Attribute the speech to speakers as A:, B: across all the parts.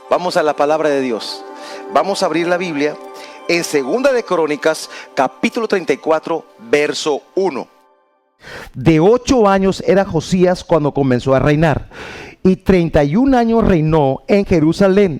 A: Vamos a la palabra de Dios. Vamos a abrir la Biblia en 2 de Crónicas, capítulo 34, verso 1. De 8 años era Josías cuando comenzó a reinar, y 31 años reinó en Jerusalén.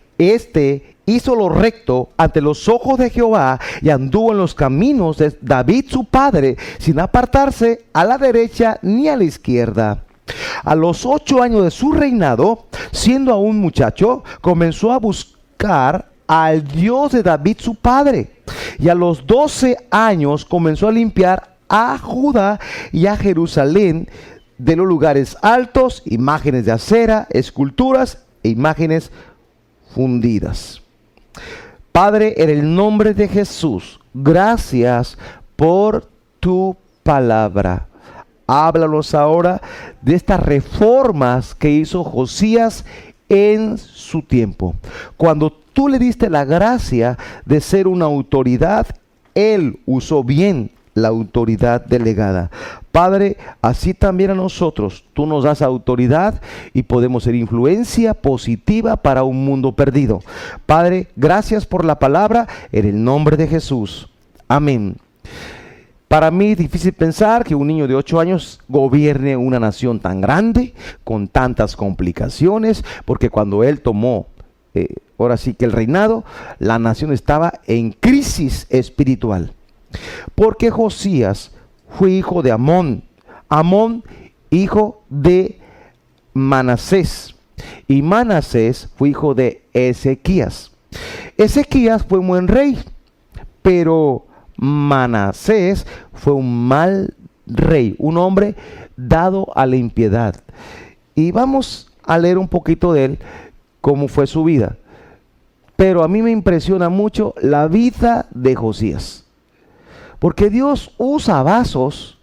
A: Hizo lo recto ante los ojos de Jehová y anduvo en los caminos de David su padre, sin apartarse a la derecha ni a la izquierda. A los 8 años de su reinado, siendo aún muchacho, comenzó a buscar al Dios de David su padre. Y a los 12 años comenzó a limpiar a Judá y a Jerusalén de los lugares altos, imágenes de acera, esculturas e imágenes fundidas. Padre, en el nombre de Jesús, gracias por tu palabra. Háblanos ahora de estas reformas que hizo Josías en su tiempo. Cuando tú le diste la gracia de ser una autoridad, él usó bien la autoridad delegada. Padre, así también a nosotros tú nos das autoridad y podemos ser influencia positiva para un mundo perdido. Padre, gracias por la palabra en el nombre de Jesús. Amén. Para mí es difícil pensar que un niño de 8 años gobierne una nación tan grande, con tantas complicaciones, porque cuando él tomó, ahora sí que el reinado, la nación estaba en crisis espiritual. Porque Josías fue hijo de Amón, Amón hijo de Manasés, y Manasés fue hijo de Ezequías. Ezequías fue un buen rey, pero Manasés fue un mal rey, un hombre dado a la impiedad. Y vamos a leer un poquito de él, cómo fue su vida. Pero a mí me impresiona mucho la vida de Josías, porque Dios usa vasos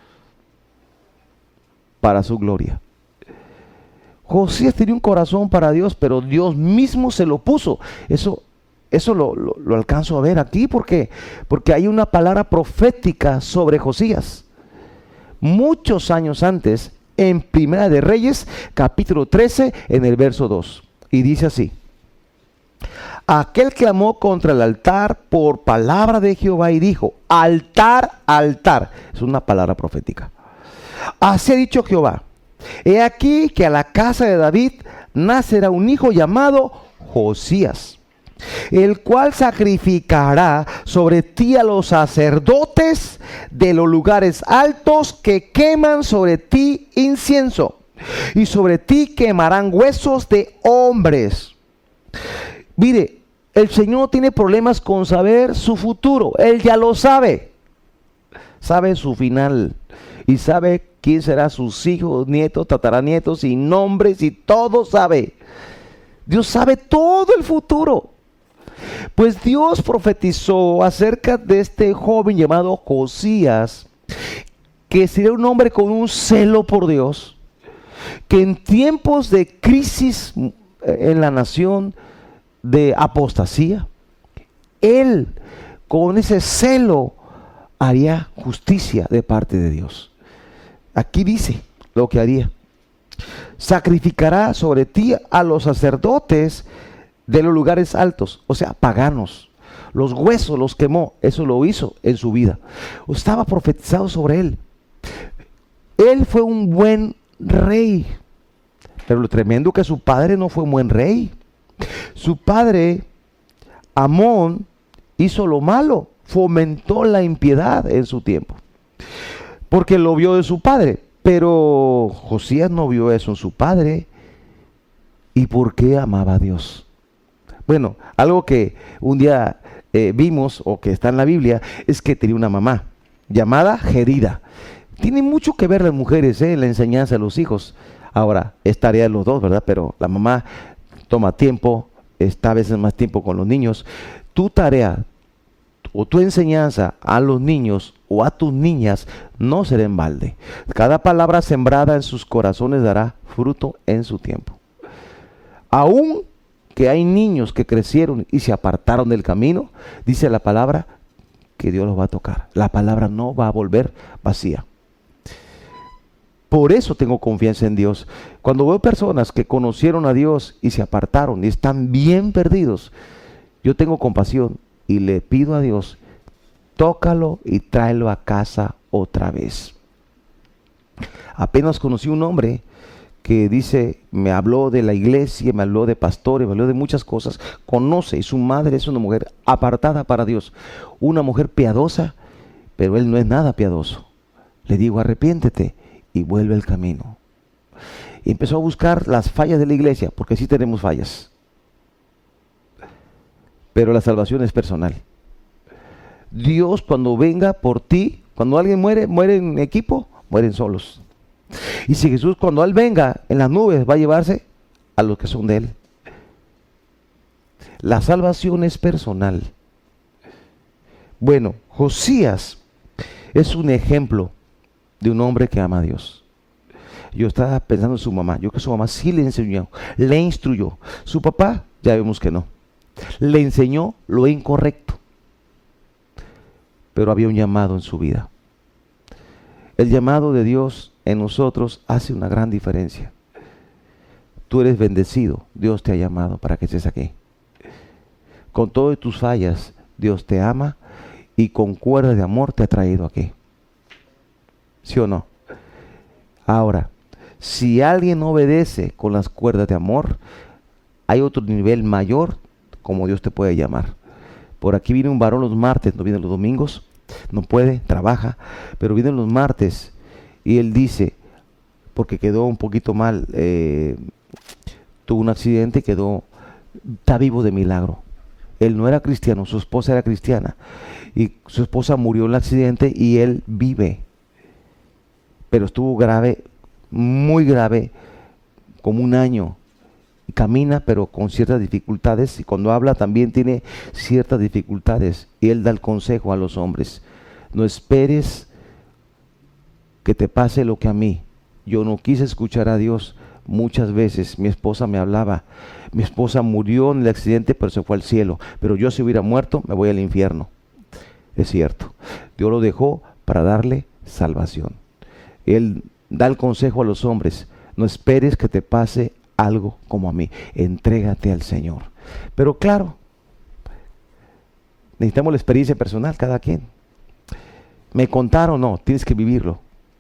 A: para su gloria. Josías tenía un corazón para Dios, pero Dios mismo se lo puso. Eso lo alcanzo a ver aquí porque hay una palabra profética sobre Josías. Muchos años antes, en Primera de Reyes, capítulo 13, en el verso 2. Y dice así: aquel clamó contra el altar por palabra de Jehová y dijo: altar, altar. Es una palabra profética. Así ha dicho Jehová: he aquí que a la casa de David nacerá un hijo llamado Josías, el cual sacrificará sobre ti a los sacerdotes de los lugares altos que queman sobre ti incienso, y sobre ti quemarán huesos de hombres. Mire, el Señor no tiene problemas con saber su futuro. Él ya lo sabe. Sabe su final. Y sabe quién será sus hijos, nietos, tataranietos y nombres y todo sabe. Dios sabe todo el futuro. Pues Dios profetizó acerca de este joven llamado Josías, que sería un hombre con un celo por Dios, que en tiempos de crisis en la nación, de apostasía, él con ese celo haría justicia de parte de Dios. Aquí dice lo que haría: sacrificará sobre ti a los sacerdotes de los lugares altos, o sea, paganos. Los huesos los quemó. Eso lo hizo en su vida. Estaba profetizado sobre él. Él fue un buen rey, pero lo tremendo que su padre no fue un buen rey. Su padre, Amón, hizo lo malo, fomentó la impiedad en su tiempo, porque lo vio de su padre. Pero Josías no vio eso en su padre. ¿Y por qué amaba a Dios? Bueno, algo que un día vimos, o que está en la Biblia, es que tenía una mamá llamada Gerida. Tiene mucho que ver las mujeres en la enseñanza de los hijos. Ahora, es tarea de los dos, ¿verdad? Pero la mamá toma tiempo, está a veces más tiempo con los niños. Tu tarea o tu enseñanza a los niños o a tus niñas no será en balde. Cada palabra sembrada en sus corazones dará fruto en su tiempo. Aún que hay niños que crecieron y se apartaron del camino, dice la palabra que Dios los va a tocar. La palabra no va a volver vacía. Por eso tengo confianza en Dios. Cuando veo personas que conocieron a Dios y se apartaron y están bien perdidos, yo tengo compasión y le pido a Dios, tócalo y tráelo a casa otra vez. Apenas conocí un hombre que dice, me habló de la iglesia, me habló de pastores, me habló de muchas cosas. Conoce, y su madre es una mujer apartada para Dios, una mujer piadosa, pero él no es nada piadoso. Le digo, arrepiéntete y vuelve al camino. Y empezó a buscar las fallas de la iglesia, porque sí tenemos fallas. Pero la salvación es personal. Dios, cuando venga por ti, cuando alguien muere, muere en equipo, mueren solos. Y si Jesús, cuando Él venga en las nubes, va a llevarse a los que son de Él. La salvación es personal. Bueno, Josías es un ejemplo de un hombre que ama a Dios. Yo estaba pensando en su mamá. Yo creo que su mamá sí le enseñó, le instruyó. Su papá, ya vemos que no. Le enseñó lo incorrecto. Pero había un llamado en su vida. El llamado de Dios en nosotros hace una gran diferencia. Tú eres bendecido. Dios te ha llamado para que estés aquí. Con todas tus fallas, Dios te ama y con cuerdas de amor te ha traído aquí. ¿Sí o no? Ahora, si alguien obedece con las cuerdas de amor, hay otro nivel mayor como Dios te puede llamar. Por aquí viene un varón los martes, no viene los domingos, no puede, trabaja, pero viene los martes y él dice, porque quedó un poquito mal, tuvo un accidente, está vivo de milagro. Él no era cristiano, su esposa era cristiana y su esposa murió en el accidente y él vive, pero estuvo grave, muy grave, como un año. Y camina, pero con ciertas dificultades, y cuando habla también tiene ciertas dificultades, y él da el consejo a los hombres: no esperes que te pase lo que a mí. Yo no quise escuchar a Dios. Muchas veces mi esposa me hablaba, mi esposa murió en el accidente pero se fue al cielo, pero yo si hubiera muerto me voy al infierno. Es cierto, Dios lo dejó para darle salvación. Él da el consejo a los hombres: no esperes que te pase algo como a mí, entrégate al Señor. Pero claro, necesitamos la experiencia personal, cada quien. Me contaron, no, tienes que vivirlo.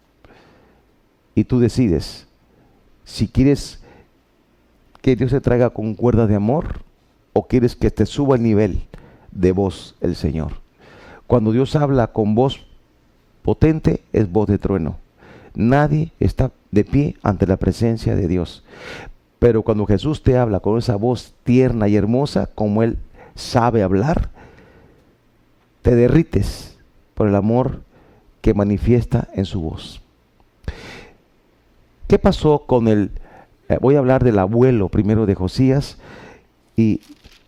A: Y tú decides si quieres que Dios te traiga con cuerdas de amor o quieres que te suba el nivel de voz el Señor. Cuando Dios habla con voz potente, es voz de trueno. Nadie está de pie ante la presencia de Dios. Pero cuando Jesús te habla con esa voz tierna y hermosa, como Él sabe hablar, te derrites por el amor que manifiesta en su voz. ¿Qué pasó con voy a hablar del abuelo primero de Josías, y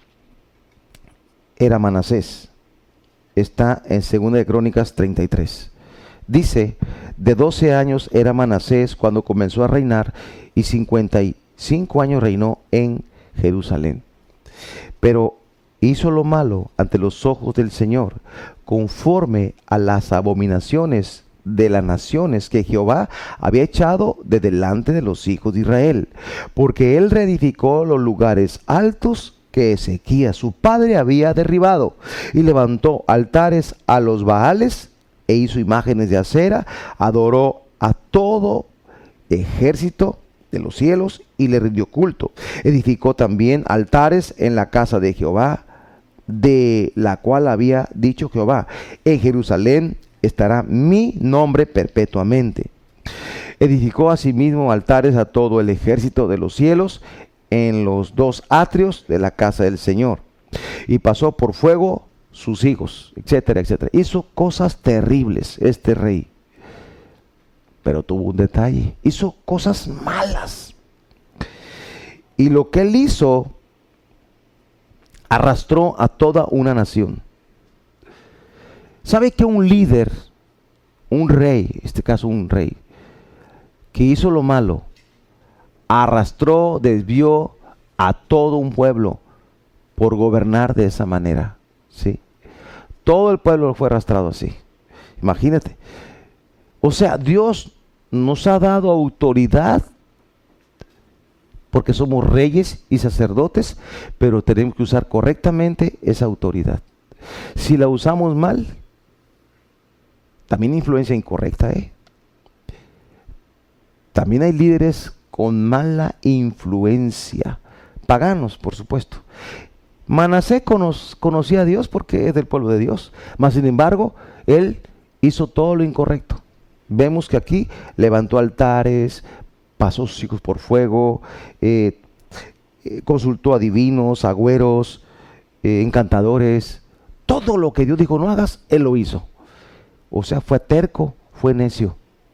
A: era Manasés? Está en 2 de Crónicas 33. Dice, de 12 años era Manasés cuando comenzó a reinar, y 55 años reinó en Jerusalén. Pero hizo lo malo ante los ojos del Señor, conforme a las abominaciones de las naciones que Jehová había echado de delante de los hijos de Israel, porque él reedificó los lugares altos que Ezequías su padre había derribado, y levantó altares a los Baales, e hizo imágenes de acera, adoró a todo ejército de los cielos y le rindió culto. Edificó también altares en la casa de Jehová, de la cual había dicho Jehová: en Jerusalén estará mi nombre perpetuamente. Edificó asimismo altares a todo el ejército de los cielos en los 2 atrios de la casa del Señor, y pasó por fuego sus hijos, etcétera, etcétera. Hizo cosas terribles este rey, pero tuvo un detalle: hizo cosas malas, y lo que él hizo arrastró a toda una nación. ¿Sabe que un líder, un rey, en este caso un rey, que hizo lo malo, arrastró, desvió a todo un pueblo por gobernar de esa manera? ¿Sí? Todo el pueblo fue arrastrado así. Imagínate. O sea, Dios nos ha dado autoridad porque somos reyes y sacerdotes, pero tenemos que usar correctamente esa autoridad. Si la usamos mal, también influencia incorrecta, También hay líderes con mala influencia, paganos, por supuesto. Manasés conocía a Dios porque es del pueblo de Dios, mas sin embargo, él hizo todo lo incorrecto. Vemos que aquí levantó altares, pasó a sus hijos por fuego, consultó a divinos, agüeros, encantadores. Todo lo que Dios dijo no hagas, él lo hizo. O sea, fue terco, fue necio.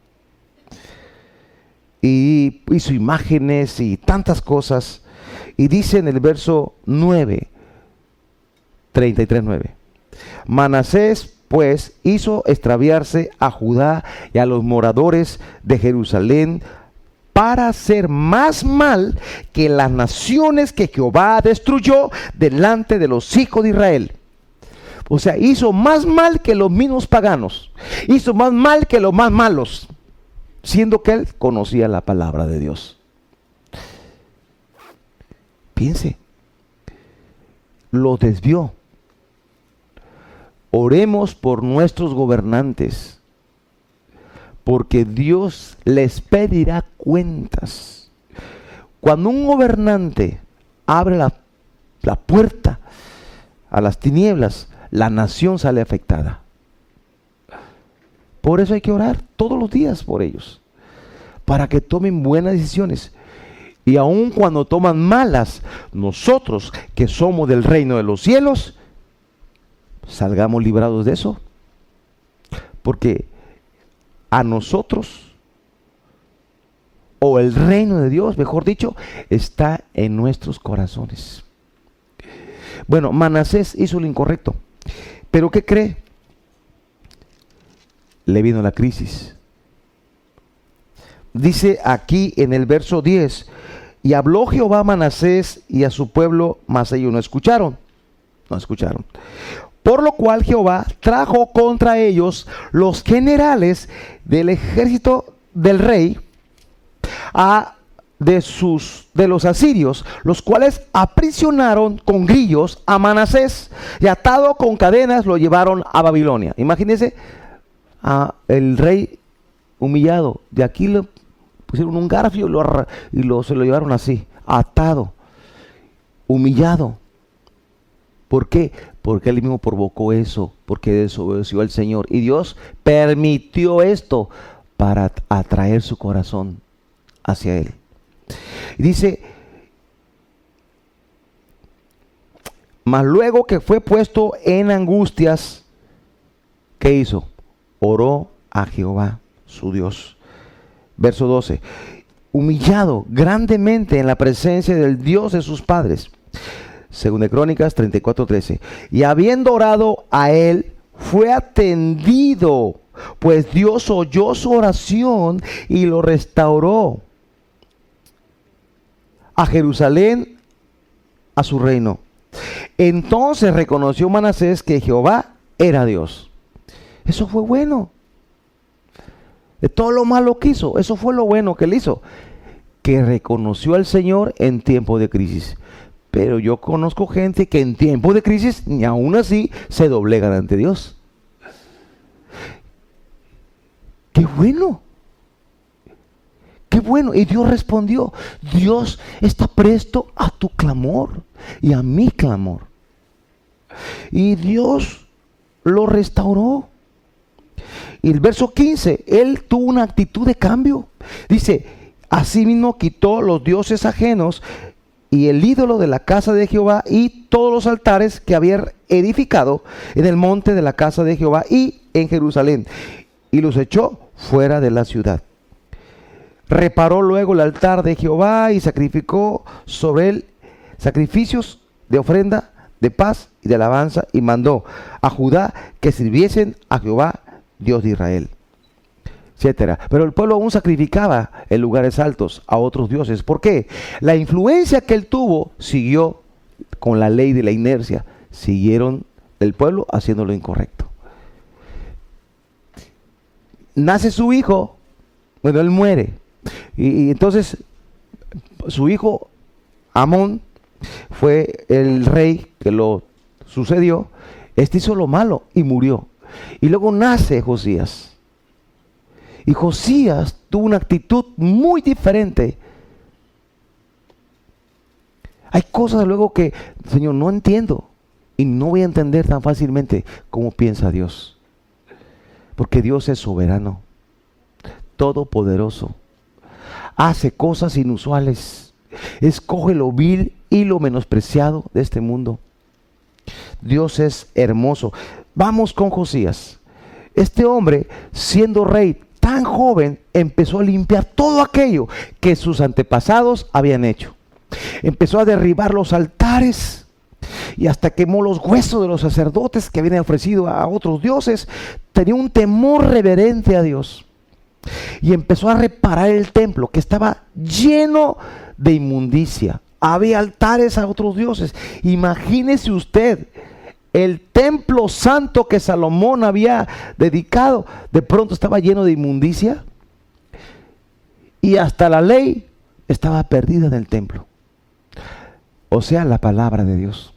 A: Y hizo imágenes y tantas cosas. Y dice en el verso 9, 33:9, Manasés pues hizo extraviarse a Judá y a los moradores de Jerusalén para hacer más mal que las naciones que Jehová destruyó delante de los hijos de Israel. O sea, hizo más mal que los mismos paganos, hizo más mal que los más malos, siendo que él conocía la palabra de Dios. Piense, lo desvió. Oremos por nuestros gobernantes, porque Dios les pedirá cuentas. Cuando un gobernante abre la puerta a las tinieblas, la nación sale afectada. Por eso hay que orar todos los días por ellos, para que tomen buenas decisiones. Y aun cuando toman malas, nosotros que somos del reino de los cielos, salgamos librados de eso. Porque a nosotros, o el reino de Dios, mejor dicho, está en nuestros corazones. Bueno, Manasés hizo lo incorrecto. ¿Pero qué cree? Le vino la crisis. Dice aquí en el verso 10, y habló Jehová a Manasés y a su pueblo, mas ellos no escucharon. No escucharon. Por lo cual Jehová trajo contra ellos los generales del ejército del rey de los asirios, los cuales aprisionaron con grillos a Manasés y atado con cadenas lo llevaron a Babilonia. Imagínense el rey humillado. De aquí le pusieron un garfio se lo llevaron así, atado, humillado. ¿Por qué? Porque él mismo provocó eso, porque desobedeció al Señor. Y Dios permitió esto para atraer su corazón hacia Él. Y dice, mas luego que fue puesto en angustias, ¿qué hizo? Oró a Jehová, su Dios. Verso 12, humillado grandemente en la presencia del Dios de sus padres. Segunda de Crónicas 34:13. Y habiendo orado a él, fue atendido, pues Dios oyó su oración y lo restauró a Jerusalén, a su reino. Entonces reconoció Manasés que Jehová era Dios. Eso fue bueno. De todo lo malo que hizo, eso fue lo bueno que él hizo, que reconoció al Señor en tiempo de crisis. Pero yo conozco gente que en tiempo de crisis, ni aún así, se doblegan ante Dios. ¡Qué bueno! ¡Qué bueno! Y Dios respondió. Dios está presto a tu clamor y a mi clamor. Y Dios lo restauró. Y el verso 15, él tuvo una actitud de cambio. Dice, asimismo quitó los dioses ajenos y el ídolo de la casa de Jehová y todos los altares que había edificado en el monte de la casa de Jehová y en Jerusalén, y los echó fuera de la ciudad. Reparó luego el altar de Jehová y sacrificó sobre él sacrificios de ofrenda, de paz y de alabanza, y mandó a Judá que sirviesen a Jehová, Dios de Israel, etcétera. Pero el pueblo aún sacrificaba en lugares altos a otros dioses. ¿Por qué? La influencia que él tuvo siguió con la ley de la inercia. Siguieron el pueblo haciendo lo incorrecto. Nace su hijo Bueno, él muere. Y entonces su hijo Amón fue el rey que lo sucedió. Este hizo lo malo y murió. Y luego nace Josías. Y Josías tuvo una actitud muy diferente. Hay cosas luego que, Señor, no entiendo. Y no voy a entender tan fácilmente cómo piensa Dios. Porque Dios es soberano, todopoderoso. Hace cosas inusuales. Escoge lo vil y lo menospreciado de este mundo. Dios es hermoso. Vamos con Josías. Este hombre, siendo rey tan joven, empezó a limpiar todo aquello que sus antepasados habían hecho. Empezó a derribar los altares y hasta quemó los huesos de los sacerdotes que habían ofrecido a otros dioses. Tenía un temor reverente a Dios. Y empezó a reparar el templo, que estaba lleno de inmundicia. Había altares a otros dioses. Imagínese usted, el templo santo que Salomón había dedicado, de pronto estaba lleno de inmundicia. Y hasta la ley estaba perdida en el templo. O sea, la palabra de Dios.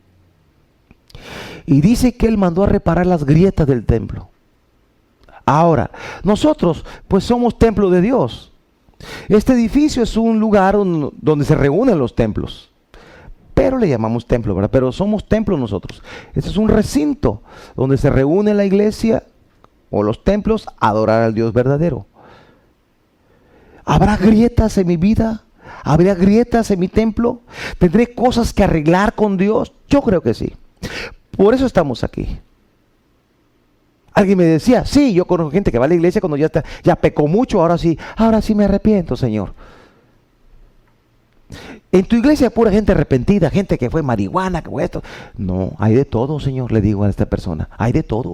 A: Y dice que él mandó a reparar las grietas del templo. Ahora, nosotros pues somos templo de Dios. Este edificio es un lugar donde se reúnen los templos. Pero le llamamos templo, ¿verdad? Pero somos templo nosotros. Este es un recinto donde se reúne la iglesia o los templos a adorar al Dios verdadero. ¿Habrá grietas en mi vida? ¿Habría grietas en mi templo? ¿Tendré cosas que arreglar con Dios? Yo creo que sí. Por eso estamos aquí. Alguien me decía, sí, yo conozco gente que va a la iglesia cuando ya pecó mucho, ahora sí me arrepiento, Señor. En tu iglesia hay pura gente arrepentida, gente que fue marihuana, que fue esto. No, hay de todo, Señor, le digo a esta persona, hay de todo.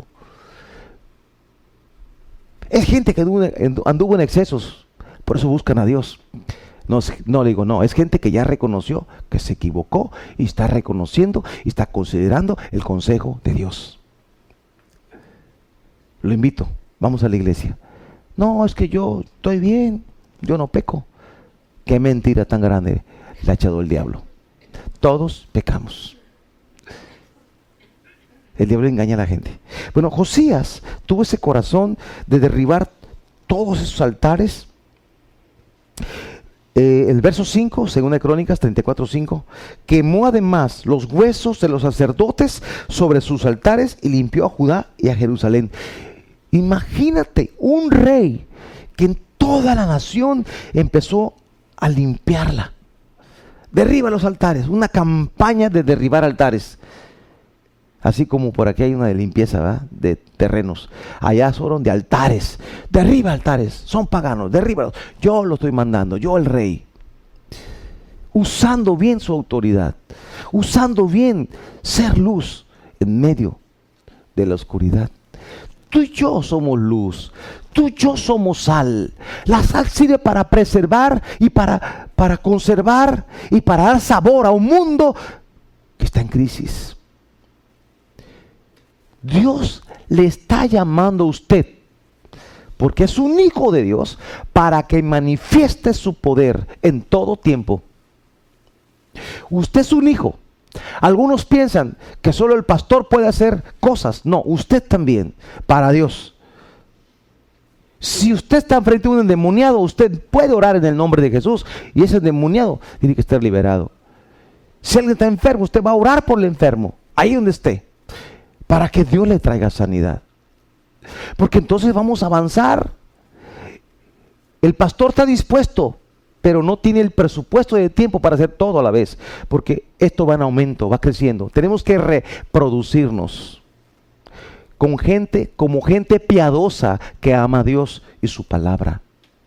A: Es gente que anduvo en excesos, por eso buscan a Dios. No le digo, no, es gente que ya reconoció que se equivocó y está reconociendo y está considerando el consejo de Dios. Lo invito, vamos a la iglesia. No, es que yo estoy bien, yo no peco. Qué mentira tan grande le ha echado el diablo. Todos pecamos. El diablo engaña a la gente. Bueno, Josías tuvo ese corazón de derribar todos esos altares. El verso 5, según de Crónicas 34:5, quemó además los huesos de los sacerdotes sobre sus altares y limpió a Judá y a Jerusalén. Imagínate un rey que en toda la nación empezó a limpiarla. Derriba los altares, una campaña de derribar altares. Así como por aquí hay una de limpieza, ¿verdad?, de terrenos. Allá fueron de altares. Derriba altares, son paganos, derríbalos. Yo lo estoy mandando, yo el rey. Usando bien su autoridad. Usando bien ser luz en medio de la oscuridad. Tú y yo somos luz. Tú y yo somos sal. La sal sirve para preservar y para conservar y para dar sabor a un mundo que está en crisis. Dios le está llamando a usted, porque es un hijo de Dios, para que manifieste su poder en todo tiempo. Usted es un hijo. Algunos piensan que solo el pastor puede hacer cosas. No, usted también, para Dios. Si usted está enfrente de un endemoniado, usted puede orar en el nombre de Jesús y ese endemoniado tiene que estar liberado. Si alguien está enfermo, usted va a orar por el enfermo, ahí donde esté, para que Dios le traiga sanidad. Porque entonces vamos a avanzar. El pastor está dispuesto, pero no tiene el presupuesto de tiempo para hacer todo a la vez, porque esto va en aumento, va creciendo. Tenemos que reproducirnos con gente, como gente piadosa que ama a Dios y su palabra.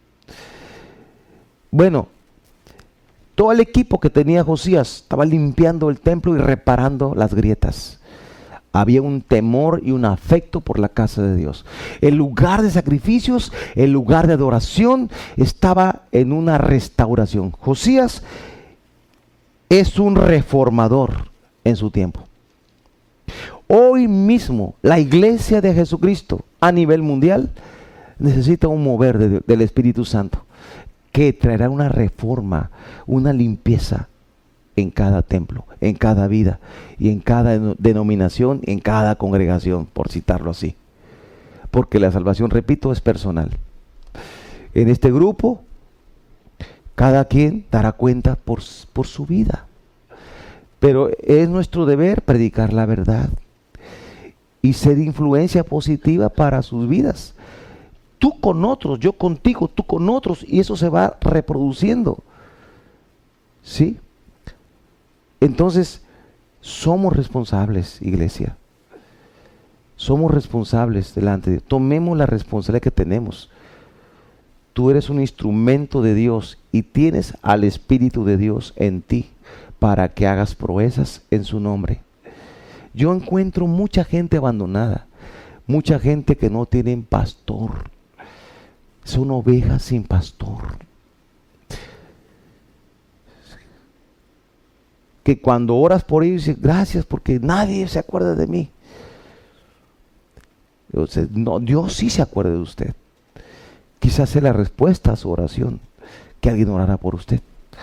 A: Bueno, todo el equipo que tenía Josías estaba limpiando el templo y reparando las grietas. Había un temor y un afecto por la casa de Dios. El lugar de sacrificios, el lugar de adoración, estaba en una restauración. Josías es un reformador en su tiempo. Hoy mismo la iglesia de Jesucristo a nivel mundial necesita un mover del Espíritu Santo que traerá una reforma, una limpieza en cada templo, en cada vida y en cada denominación, en cada congregación, por citarlo así. Porque la salvación, repito, es personal. En este grupo, cada quien dará cuenta por su vida. Pero es nuestro deber predicar la verdad y ser influencia positiva para sus vidas. Tú con otros, yo contigo, tú con otros, y eso se va reproduciendo. ¿Sí? Entonces, somos responsables, iglesia. Somos responsables delante de Dios. Tomemos la responsabilidad que tenemos. Tú eres un instrumento de Dios y tienes al Espíritu de Dios en ti para que hagas proezas en su nombre. Yo encuentro mucha gente abandonada, mucha gente que no tienen pastor. Son ovejas sin pastor. Que cuando oras por ellos dices, gracias porque nadie se acuerda de mí. Entonces, no, Dios sí se acuerda de usted. Quizás sea la respuesta a su oración, que alguien orara por usted.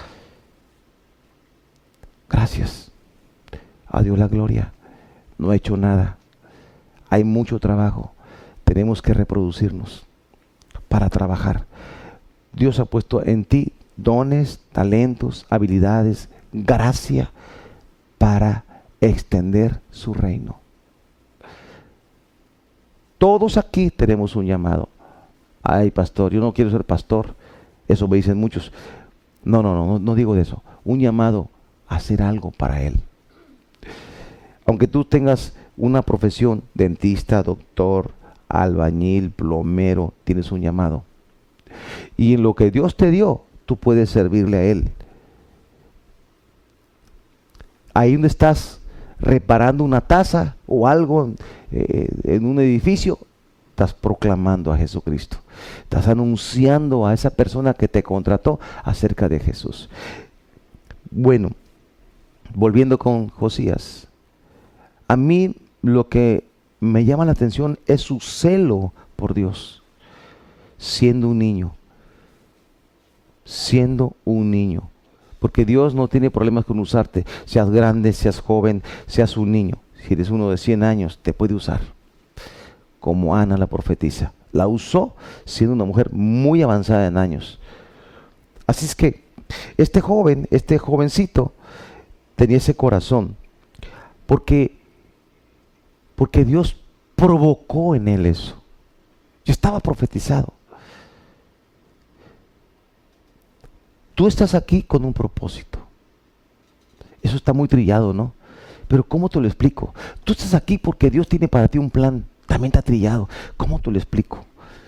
A: Gracias. A Dios la gloria. No he hecho nada. Hay mucho trabajo. Tenemos que reproducirnos para trabajar. Dios ha puesto en ti dones, talentos, habilidades, gracia para extender su reino. Todos aquí tenemos un llamado. Ay, pastor, yo no quiero ser pastor. Eso me dicen muchos. No digo de eso. Un llamado a hacer algo para Él. Aunque tú tengas una profesión, dentista, doctor, albañil, plomero, tienes un llamado. Y en lo que Dios te dio, tú puedes servirle a Él. Ahí donde estás reparando una taza o algo en un edificio, estás proclamando a Jesucristo. Estás anunciando a esa persona que te contrató acerca de Jesús. Bueno, volviendo con Josías. A mí lo que me llama la atención es su celo por Dios. Siendo un niño. Porque Dios no tiene problemas con usarte. Seas grande, seas joven, seas un niño. Si eres uno de 100 años, te puede usar. Como Ana la profetisa. La usó siendo una mujer muy avanzada en años. Así es que este jovencito, tenía ese corazón. Porque Dios provocó en él eso. Ya estaba profetizado. Tú estás aquí con un propósito. Eso está muy trillado, ¿no? Pero ¿cómo te lo explico? Tú estás aquí porque Dios tiene para ti un plan. También está trillado. ¿Cómo te lo explico?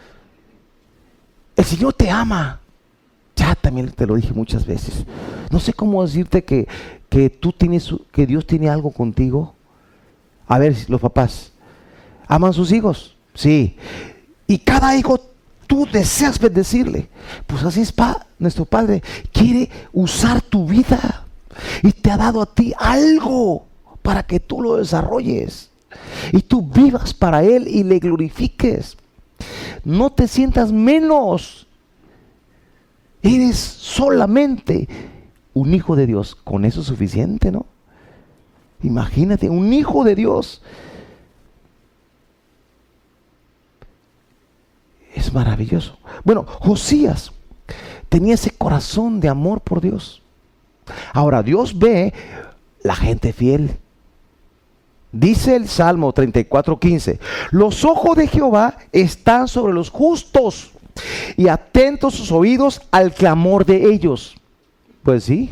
A: El Señor te ama. Ya también te lo dije muchas veces. No sé cómo decirte que Dios tiene algo contigo. A ver, los papás, ¿aman sus hijos? Sí. Y cada hijo tú deseas bendecirle. Pues así es, nuestro Padre quiere usar tu vida. Y te ha dado a ti algo para que tú lo desarrolles. Y tú vivas para Él y le glorifiques. No te sientas menos. Eres solamente un hijo de Dios. Con eso es suficiente, ¿no? Imagínate, un hijo de Dios. Es maravilloso. Bueno, Josías tenía ese corazón de amor por Dios. Ahora, Dios ve la gente fiel. Dice el Salmo 34:15: los ojos de Jehová están sobre los justos y atentos sus oídos al clamor de ellos. Pues sí.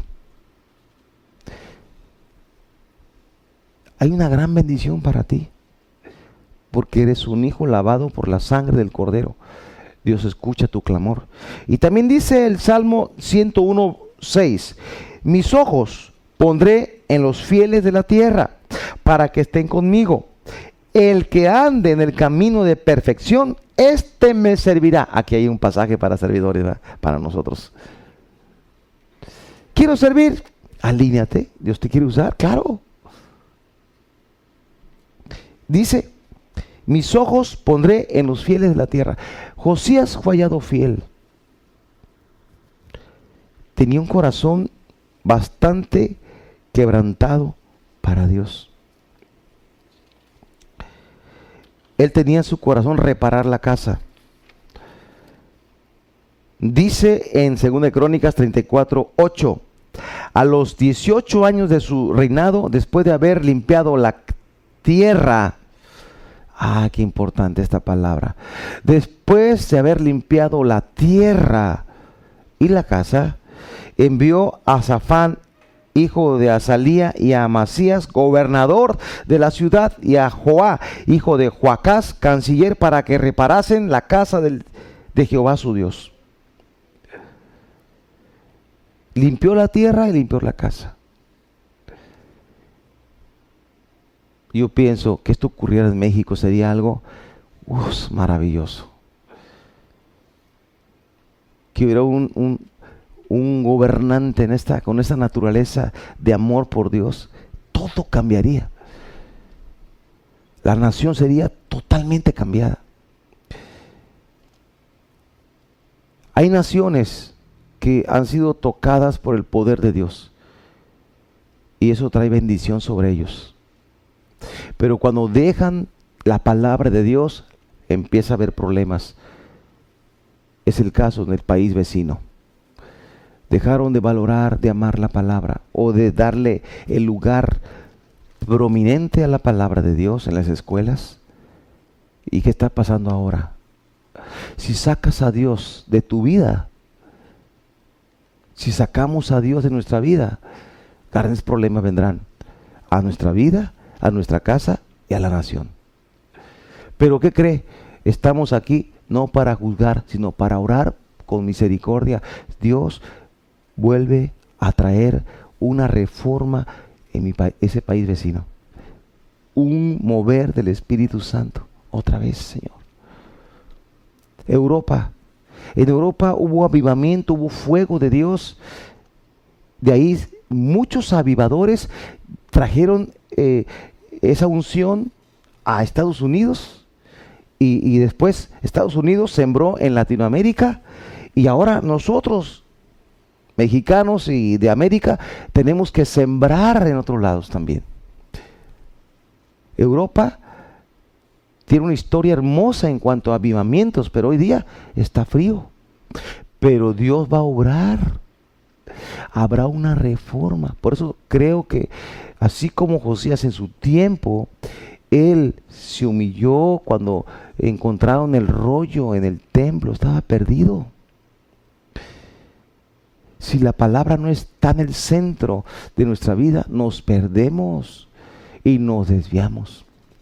A: Hay una gran bendición para ti, porque eres un hijo lavado por la sangre del Cordero. Dios escucha tu clamor. Y también dice el Salmo 101:6: mis ojos pondré en los fieles de la tierra, para que estén conmigo. El que ande en el camino de perfección, este me servirá. Aquí hay un pasaje para servidores, ¿verdad? Para nosotros. ¿Quiero servir? Alíñate. Dios te quiere usar, claro. Dice mis ojos pondré en los fieles de la tierra. Josías fue hallado fiel. Tenía un corazón bastante quebrantado para Dios. Él tenía en su corazón reparar la casa. Dice en 2 Crónicas 34:8, a los 18 años de su reinado, después de haber limpiado la tierra, qué importante esta palabra, después de haber limpiado la tierra y la casa, envió a Safán, hijo de Azalía, y a Amasías, gobernador de la ciudad, y a Joá, hijo de Joacás, canciller, para que reparasen la casa de Jehová su Dios. Limpió la tierra y limpió la casa. Yo pienso que esto ocurriera en México sería algo maravilloso. Que hubiera un gobernante con esta naturaleza de amor por Dios, todo cambiaría. La nación sería totalmente cambiada. Hay naciones que han sido tocadas por el poder de Dios y eso trae bendición sobre ellos. Pero cuando dejan la palabra de Dios, empieza a haber problemas. Es el caso en el país vecino. Dejaron de valorar, de amar la palabra o de darle el lugar prominente a la palabra de Dios en las escuelas. ¿Y qué está pasando ahora? Si sacas a Dios de tu vida, si sacamos a Dios de nuestra vida, grandes problemas vendrán a nuestra vida, a nuestra casa y a la nación. Pero ¿qué cree? Estamos aquí no para juzgar, sino para orar con misericordia. Dios vuelve a traer una reforma en ese país vecino. Un mover del Espíritu Santo. Otra vez, Señor. Europa. En Europa hubo avivamiento, hubo fuego de Dios. De ahí muchos avivadores trajeron esa unción a Estados Unidos. Y después Estados Unidos sembró en Latinoamérica. Y ahora nosotros, mexicanos y de América, tenemos que sembrar en otros lados también. Europa tiene una historia hermosa en cuanto a avivamientos, pero hoy día está frío. Pero Dios va a obrar. Habrá una reforma. Por eso creo que así como Josías en su tiempo, él se humilló cuando encontraron el rollo en el templo, estaba perdido. Si la palabra no está en el centro de nuestra vida, nos perdemos y nos desviamos.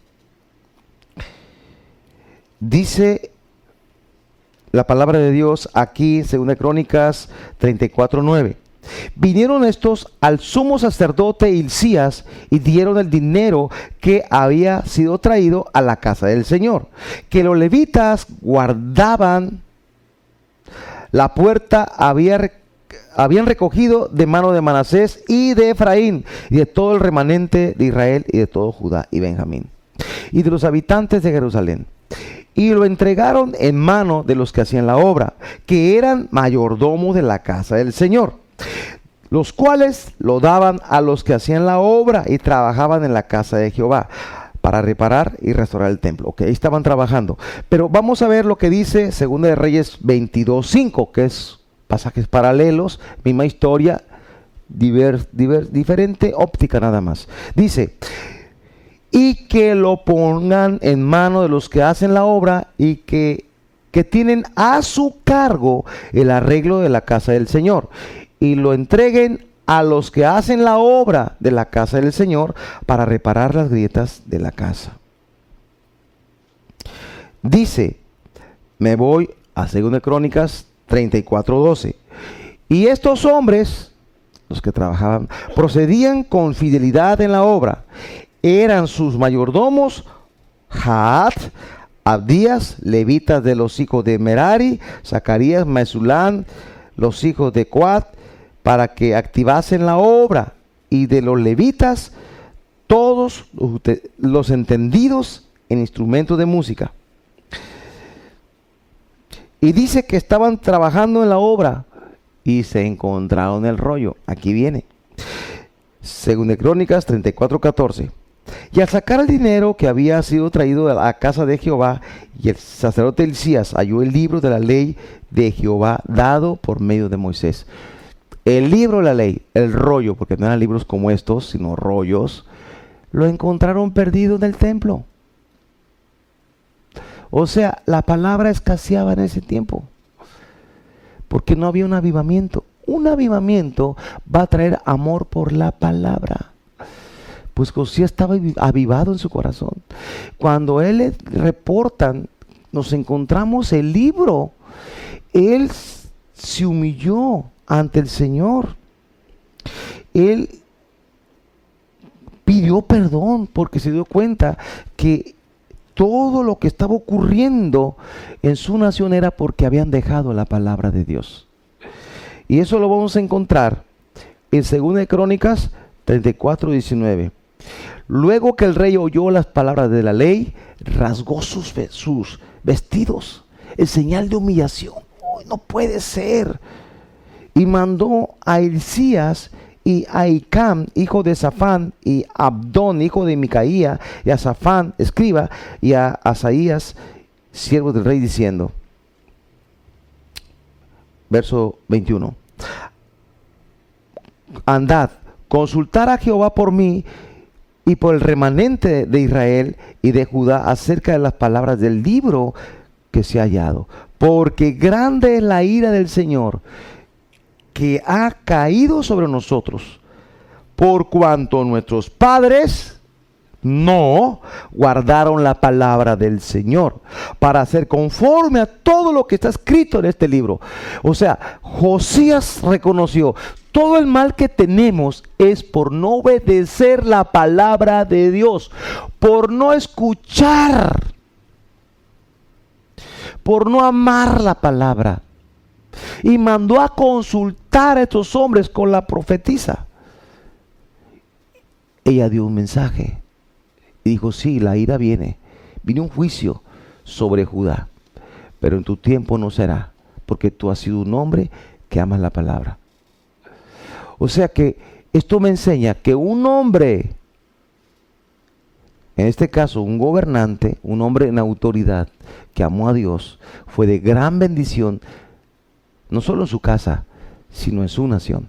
A: Dice la palabra de Dios aquí en 2 Crónicas 34:9. Vinieron estos al sumo sacerdote Hilcías y dieron el dinero que había sido traído a la casa del Señor, que los levitas guardaban la puerta, habían recogido de mano de Manasés y de Efraín y de todo el remanente de Israel y de todo Judá y Benjamín y de los habitantes de Jerusalén. Y lo entregaron en mano de los que hacían la obra, que eran mayordomos de la casa del Señor, los cuales lo daban a los que hacían la obra y trabajaban en la casa de Jehová para reparar y restaurar el templo. Ok, ahí estaban trabajando. Pero vamos a ver lo que dice 2 de Reyes 22:5, que es pasajes paralelos, misma historia, diferente óptica nada más. Dice: y que lo pongan en mano de los que hacen la obra y que tienen a su cargo el arreglo de la casa del Señor, y lo entreguen a los que hacen la obra de la casa del Señor para reparar las grietas de la casa. Dice, me voy a 2 Crónicas 34:12. Y estos hombres, los que trabajaban, procedían con fidelidad en la obra. Eran sus mayordomos Jaat, Abdías, levitas de los hijos de Merari, Zacarías, Mesulán, los hijos de Coat, para que activasen la obra. Y de los levitas, todos los entendidos en instrumentos de música. Y dice que estaban trabajando en la obra y se encontraron el rollo. Aquí viene. Según de Crónicas 34:14. Y al sacar el dinero que había sido traído a la casa de Jehová, y el sacerdote Hilcías halló el libro de la ley de Jehová dado por medio de Moisés. El libro de la ley, el rollo, porque no eran libros como estos, sino rollos, lo encontraron perdido en el templo. O sea, la palabra escaseaba en ese tiempo, porque no había un avivamiento. Un avivamiento va a traer amor por la palabra. Pues Josías estaba avivado en su corazón. Cuando él le reportan, nos encontramos el libro, él se humilló ante el Señor. Él pidió perdón porque se dio cuenta que todo lo que estaba ocurriendo en su nación era porque habían dejado la palabra de Dios. Y eso lo vamos a encontrar en 2 de Crónicas 34:19. Luego que el rey oyó las palabras de la ley, rasgó sus vestidos, en señal de humillación. ¡Oh, no puede ser! Y mandó a Hilcías y a Hicam, hijo de Safán, y a Abdón, hijo de Micaía, y a Safán, escriba, y a Asaías, siervo del rey, diciendo, verso 21, andad, consultar a Jehová por mí y por el remanente de Israel y de Judá acerca de las palabras del libro que se ha hallado, porque grande es la ira del Señor que ha caído sobre nosotros, por cuanto nuestros padres no guardaron la palabra del Señor para hacer conforme a todo lo que está escrito en este libro. O sea, Josías reconoció, todo el mal que tenemos es por no obedecer la palabra de Dios, por no escuchar, por no amar la palabra. Y mandó a consultar a estos hombres con la profetisa. Ella dio un mensaje y dijo, sí, la ira viene un juicio sobre Judá, pero en tu tiempo no será, porque tú has sido un hombre que amas la palabra. O sea que esto me enseña que un hombre, en este caso un gobernante, un hombre en autoridad que amó a Dios, fue de gran bendición, no solo en su casa, sino en su nación.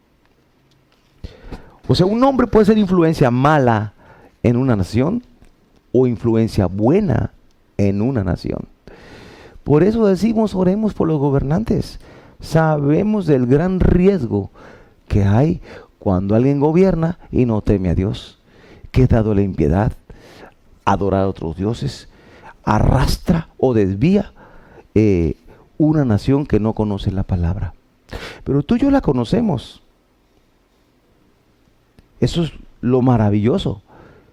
A: O sea, un hombre puede ser influencia mala en una nación o influencia buena en una nación. Por eso decimos, oremos por los gobernantes. Sabemos del gran riesgo que hay cuando alguien gobierna y no teme a Dios, que es dado la impiedad, adorar a otros dioses, arrastra o desvía una nación que no conoce la palabra. Pero tú y yo la conocemos. Eso es lo maravilloso.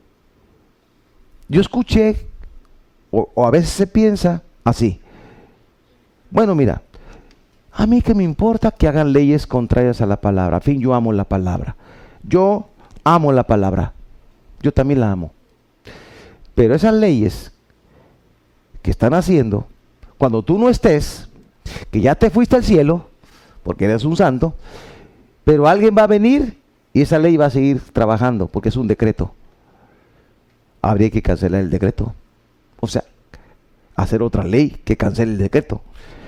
A: Yo escuché, o a veces se piensa así. Bueno, mira, a mí que me importa que hagan leyes contrarias a la palabra. En fin, yo amo la palabra. Yo amo la palabra. Yo también la amo. Pero esas leyes que están haciendo, cuando tú no estés, que ya te fuiste al cielo, porque eres un santo, pero alguien va a venir y esa ley va a seguir trabajando, porque es un decreto. Habría que cancelar el decreto. O sea, hacer otra ley que cancele el decreto.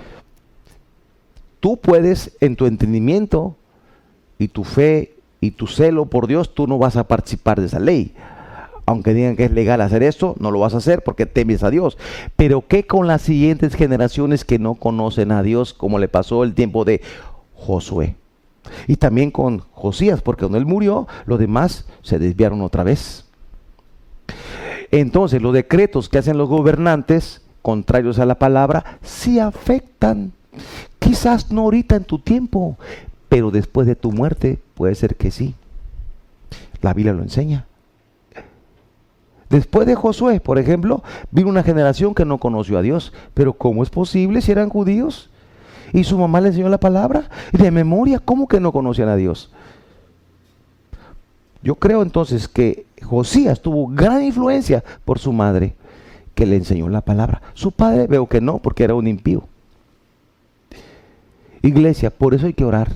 A: Tú puedes, en tu entendimiento y tu fe y tu celo por Dios, tú no vas a participar de esa ley. Aunque digan que es legal hacer esto, no lo vas a hacer porque temes a Dios. Pero ¿qué con las siguientes generaciones que no conocen a Dios, como le pasó el tiempo de Josué? Y también con Josías, porque cuando él murió, los demás se desviaron otra vez. Entonces, los decretos que hacen los gobernantes, contrarios a la palabra, sí afectan. Quizás no ahorita en tu tiempo, pero después de tu muerte puede ser que sí. La Biblia lo enseña. Después de Josué, por ejemplo, vino una generación que no conoció a Dios. Pero ¿cómo es posible si eran judíos? Y su mamá le enseñó la palabra. Y de memoria, ¿cómo que no conocían a Dios? Yo creo entonces que Josías tuvo gran influencia por su madre. que le enseñó la palabra. Su padre veo que no, porque era un impío. Iglesia, por eso hay que orar.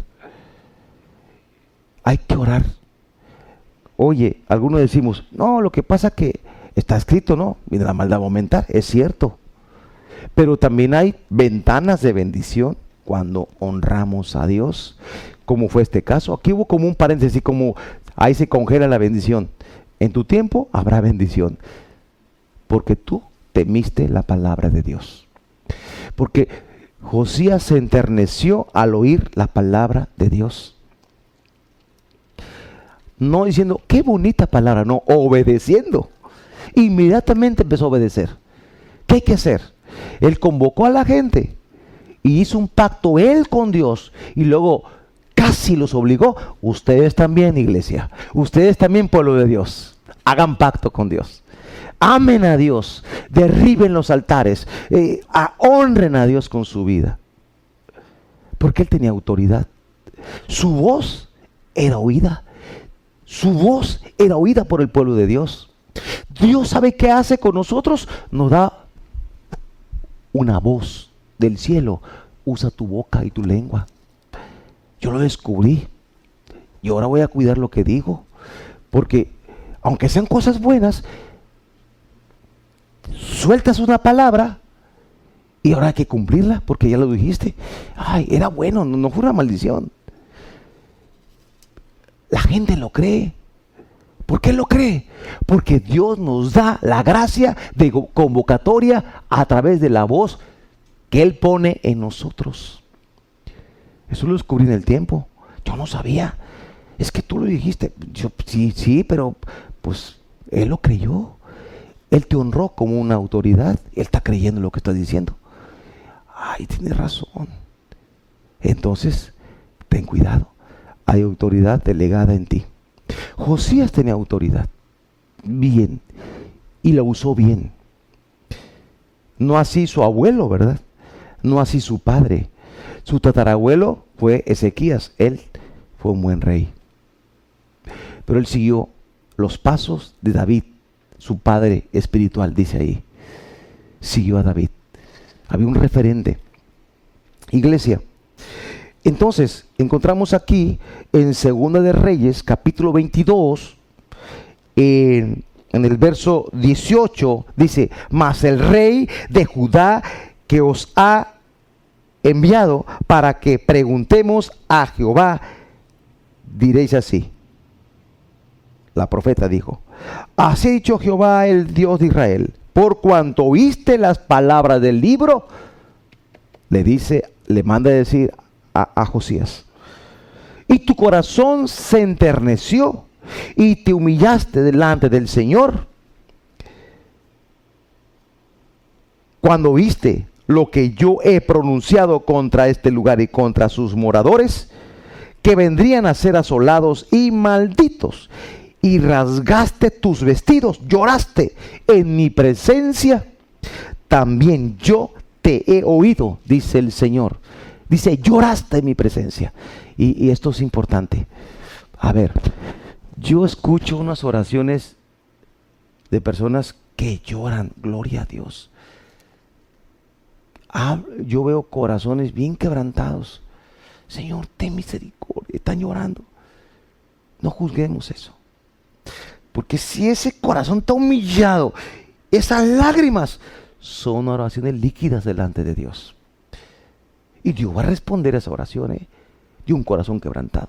A: Hay que orar. Oye, algunos decimos, no, lo que pasa que está escrito, ¿no? Mira, la maldad va a aumentar, es cierto. Pero también hay ventanas de bendición cuando honramos a Dios, como fue este caso. Aquí hubo como un paréntesis, como ahí se congela la bendición. En tu tiempo habrá bendición, porque tú temiste la palabra de Dios. Porque Josías se enterneció al oír la palabra de Dios. No diciendo, qué bonita palabra, no, obedeciendo. Inmediatamente empezó a obedecer. ¿Qué hay que hacer? Él convocó a la gente y hizo un pacto él con Dios, y luego casi los obligó. Ustedes también, iglesia, ustedes también, pueblo de Dios, hagan pacto con Dios. Amen a Dios, derriben los altares, honren a Dios con su vida. Porque él tenía autoridad. Su voz era oída. Su voz era oída por el pueblo de Dios. Dios sabe qué hace con nosotros. Nos da una voz del cielo. Usa tu boca y tu lengua. Yo lo descubrí. Y ahora voy a cuidar lo que digo. Porque aunque sean cosas buenas, sueltas una palabra y ahora hay que cumplirla porque ya lo dijiste. Ay, era bueno, no fue una maldición. La gente lo cree. ¿Por qué lo cree? Porque Dios nos da la gracia de convocatoria a través de la voz que Él pone en nosotros. Eso lo descubrí en el tiempo. Yo no sabía. Es que tú lo dijiste. Yo, sí, pero pues Él lo creyó. Él te honró como una autoridad. Él está creyendo en lo que estás diciendo. Ay, tienes razón. Entonces, ten cuidado. Hay autoridad delegada en ti. Josías tenía autoridad. Bien. Y la usó bien. No así su abuelo, ¿verdad? No así su padre. Su tatarabuelo fue Ezequías. Él fue un buen rey. Pero él siguió los pasos de David, su padre espiritual, dice ahí. Siguió a David. Había un referente. Iglesia. Entonces, encontramos aquí en Segunda de Reyes, capítulo 22, en el verso 18, dice, mas el rey de Judá que os ha enviado para que preguntemos a Jehová, diréis así. La profeta dijo, así ha dicho Jehová, el Dios de Israel, por cuanto oíste las palabras del libro, le manda a decir a Josías, y tu corazón se enterneció y te humillaste delante del Señor cuando oíste lo que yo he pronunciado contra este lugar y contra sus moradores, que vendrían a ser asolados y malditos, y rasgaste tus vestidos, lloraste en mi presencia, también yo te he oído, dice el Señor. Dice, lloraste en mi presencia. Y esto es importante. A ver, yo escucho unas oraciones de personas que lloran, gloria a Dios. Yo veo corazones bien quebrantados. Señor, ten misericordia. Están llorando. No juzguemos eso. Porque si ese corazón está humillado, esas lágrimas son oraciones líquidas delante de Dios. Y Dios va a responder a esa oración, de un corazón quebrantado.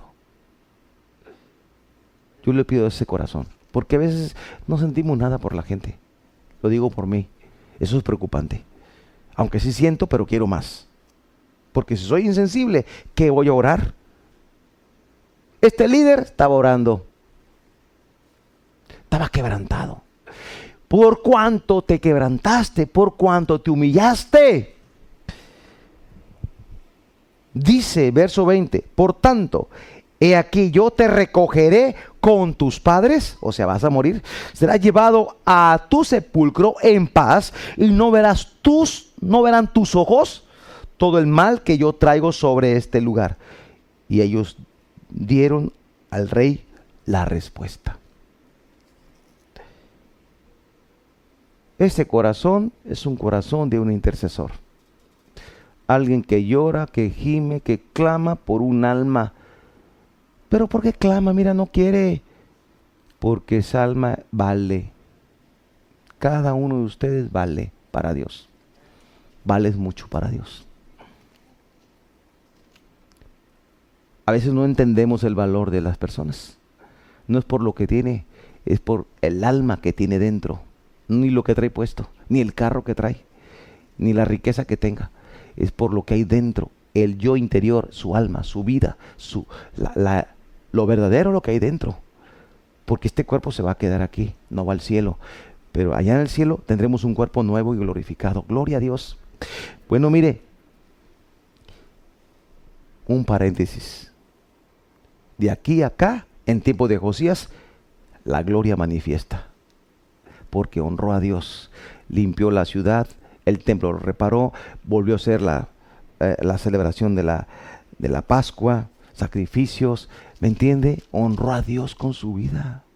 A: Yo le pido ese corazón, porque a veces no sentimos nada por la gente. Lo digo por mí. Eso es preocupante. Aunque sí siento, pero quiero más. Porque si soy insensible, ¿qué voy a orar? Este líder estaba orando. Estaba quebrantado. Por cuánto te quebrantaste, por cuánto te humillaste. Dice, verso 20, por tanto, he aquí yo te recogeré con tus padres, o sea, vas a morir, serás llevado a tu sepulcro en paz y no verán tus ojos todo el mal que yo traigo sobre este lugar. Y ellos dieron al rey la respuesta. Ese corazón es un corazón de un intercesor. Alguien que llora, que gime, que clama por un alma. ¿Pero por qué clama? Mira, no quiere. Porque esa alma vale. Cada uno de ustedes vale para Dios. Vales mucho para Dios. A veces no entendemos el valor de las personas. No es por lo que tiene, es por el alma que tiene dentro. Ni lo que trae puesto, ni el carro que trae, ni la riqueza que tenga. Es por lo que hay dentro, el yo interior, su alma, su vida, lo verdadero, lo que hay dentro. Porque este cuerpo se va a quedar aquí, no va al cielo. Pero allá en el cielo tendremos un cuerpo nuevo y glorificado. Gloria a Dios. Bueno, mire, un paréntesis. De aquí a acá, en tiempo de Josías, la gloria manifiesta. Porque honró a Dios, limpió la ciudad, el templo lo reparó, volvió a ser la celebración de la Pascua, sacrificios, ¿me entiende? Honró a Dios con su vida.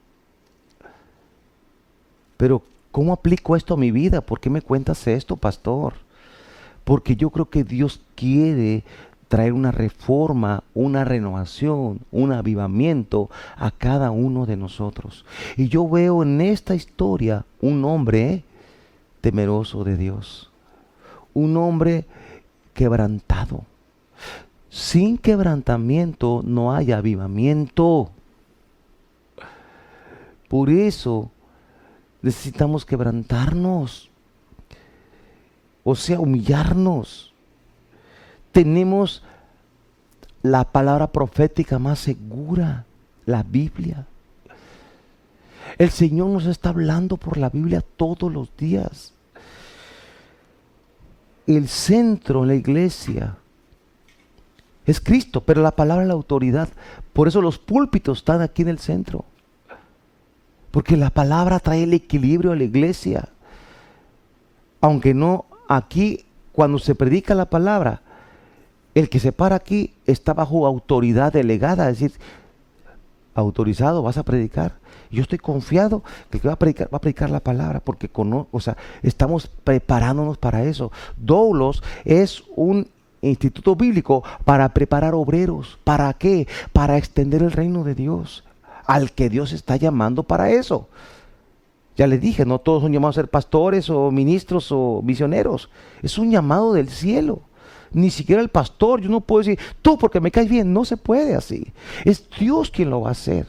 A: Pero, ¿cómo aplico esto a mi vida? ¿Por qué me cuentas esto, pastor? Porque yo creo que Dios quiere traer una reforma, una renovación, un avivamiento a cada uno de nosotros. Y yo veo en esta historia un hombre temeroso de Dios, un hombre quebrantado. Sin quebrantamiento no hay avivamiento. Por eso necesitamos quebrantarnos, o sea, humillarnos. Tenemos la palabra profética más segura, la Biblia. El Señor nos está hablando por la Biblia todos los días. El centro en la iglesia es Cristo, pero la palabra es la autoridad. Por eso los púlpitos están aquí en el centro. Porque la palabra trae el equilibrio a la iglesia. Aunque no aquí, cuando se predica la palabra, el que se para aquí está bajo autoridad delegada, es decir, autorizado, vas a predicar. Yo estoy confiado que el que va a predicar la palabra, porque estamos preparándonos para eso. Doulos es un instituto bíblico para preparar obreros. ¿Para qué? Para extender el reino de Dios, al que Dios está llamando para eso. Ya les dije, no todos son llamados a ser pastores o ministros o misioneros. Es un llamado del cielo. Ni siquiera el pastor, yo no puedo decir, tú porque me caes bien, no se puede así. Es Dios quien lo va a hacer.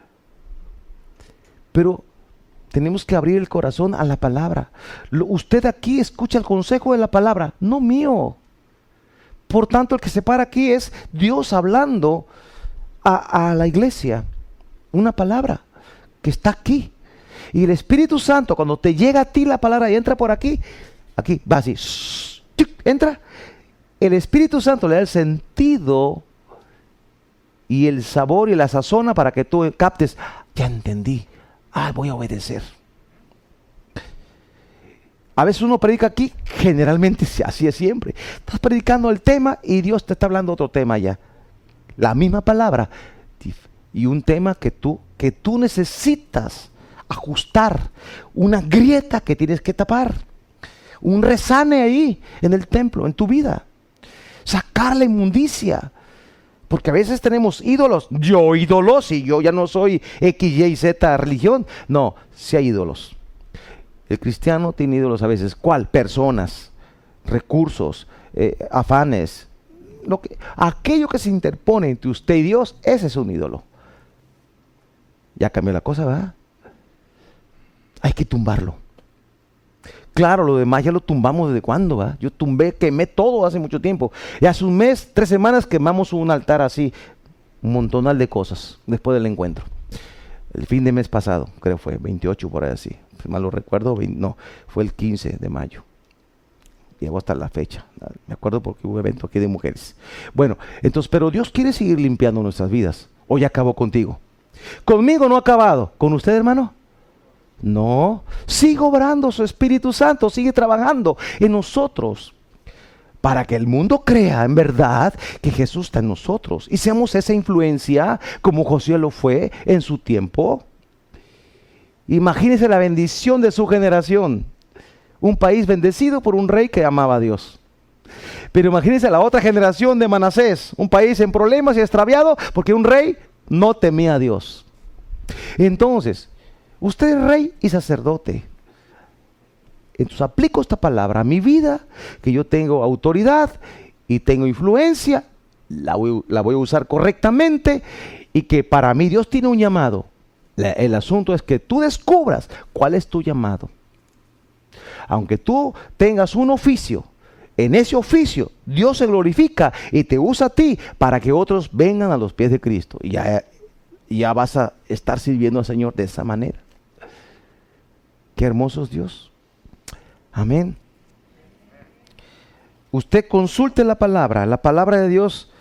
A: Pero tenemos que abrir el corazón a la palabra. Usted aquí escucha el consejo de la palabra, no mío. Por tanto, el que se para aquí es Dios hablando a la iglesia. Una palabra que está aquí. Y el Espíritu Santo, cuando te llega a ti la palabra y entra por aquí va así, entra. El Espíritu Santo le da el sentido y el sabor y la sazona para que tú captes, ya entendí, voy a obedecer. A veces uno predica aquí, generalmente así es siempre. Estás predicando el tema y Dios te está hablando otro tema ya. La misma palabra y un tema que tú necesitas ajustar, una grieta que tienes que tapar, un resane ahí en el templo, en tu vida. Sacar la inmundicia, porque a veces tenemos ídolos. Yo ídolos y yo ya no soy X, Y, Z religión. No, sí hay ídolos. El cristiano tiene ídolos a veces. ¿Cuál? Personas, recursos, afanes. Aquello que se interpone entre usted y Dios, ese es un ídolo. Ya cambió la cosa, ¿verdad? Hay que tumbarlo. Claro, lo demás ya lo tumbamos desde cuándo, ¿va? Yo quemé todo hace mucho tiempo. Y hace un mes, 3 semanas quemamos un altar así, un montonal de cosas, después del encuentro. El fin de mes pasado, creo fue, 28 por ahí así. Si mal lo recuerdo, no, fue el 15 de mayo. Llegó hasta la fecha. Me acuerdo porque hubo evento aquí de mujeres. Bueno, entonces, pero Dios quiere seguir limpiando nuestras vidas. ¿O ya acabó contigo? Conmigo no ha acabado. ¿Con usted, hermano? No, sigue obrando su Espíritu Santo, sigue trabajando en nosotros para que el mundo crea en verdad que Jesús está en nosotros y seamos esa influencia como Josué lo fue en su tiempo. Imagínese la bendición de su generación. un país bendecido por un rey que amaba a Dios. Pero imagínense la otra generación de Manasés, un país en problemas y extraviado porque un rey no temía a Dios. Entonces, usted es rey y sacerdote. Entonces aplico esta palabra a mi vida, que yo tengo autoridad y tengo influencia, la voy a usar correctamente, y que para mí Dios tiene un llamado. El asunto es que tú descubras cuál es tu llamado. Aunque tú tengas un oficio, en ese oficio Dios se glorifica y te usa a ti para que otros vengan a los pies de Cristo. Y ya vas a estar sirviendo al Señor de esa manera. Qué hermoso es Dios. Amén. Usted consulte la palabra de Dios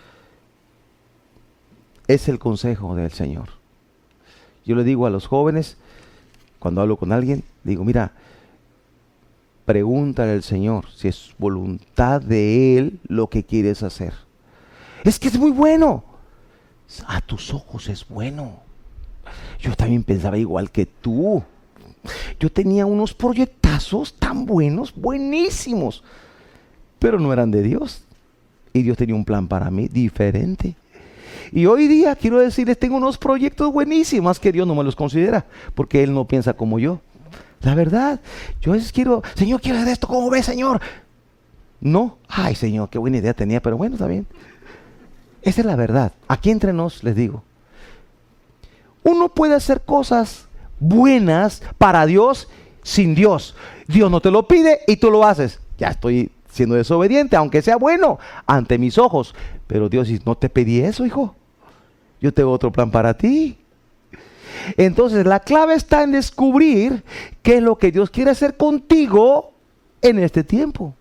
A: es el consejo del Señor. Yo le digo a los jóvenes, cuando hablo con alguien, digo, mira, pregúntale al Señor si es voluntad de Él lo que quieres hacer. Es que es muy bueno. A tus ojos es bueno. Yo también pensaba igual que tú. Yo tenía unos proyectazos tan buenos, buenísimos, pero no eran de Dios. Y Dios tenía un plan para mí diferente. Y hoy día quiero decirles, tengo unos proyectos buenísimos que Dios no me los considera, porque Él no piensa como yo. La verdad, yo a veces quiero, Señor, quiero hacer esto, ¿cómo ves, Señor? No, ay, Señor, qué buena idea tenía, pero bueno, está bien. Esa es la verdad. Aquí entre nos les digo, uno puede hacer cosas buenas para Dios sin Dios. Dios no te lo pide y tú lo haces. Ya estoy siendo desobediente, aunque sea bueno ante mis ojos. Pero Dios dice, no te pedí eso, hijo. Yo tengo otro plan para ti. Entonces la clave está en descubrir qué es lo que Dios quiere hacer contigo en este tiempo.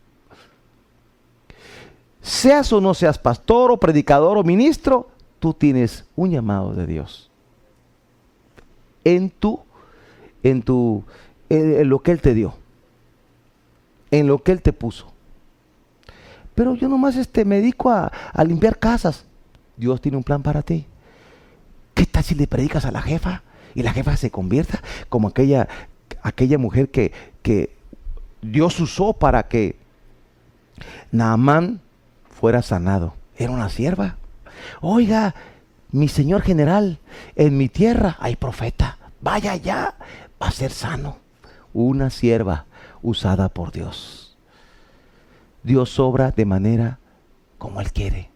A: Seas o no seas pastor o predicador o ministro, tú tienes un llamado de Dios. En lo que Él te dio, en lo que Él te puso. Pero yo nomás me dedico a limpiar casas. Dios tiene un plan para ti. ¿Qué tal si le predicas a la jefa y la jefa se convierta como aquella mujer que Dios usó para que Naamán fuera sanado? Era una sierva. Oiga, mi señor general, en mi tierra hay profeta. Vaya allá, va a ser sano. Una sierva usada por Dios. Dios obra de manera como Él quiere.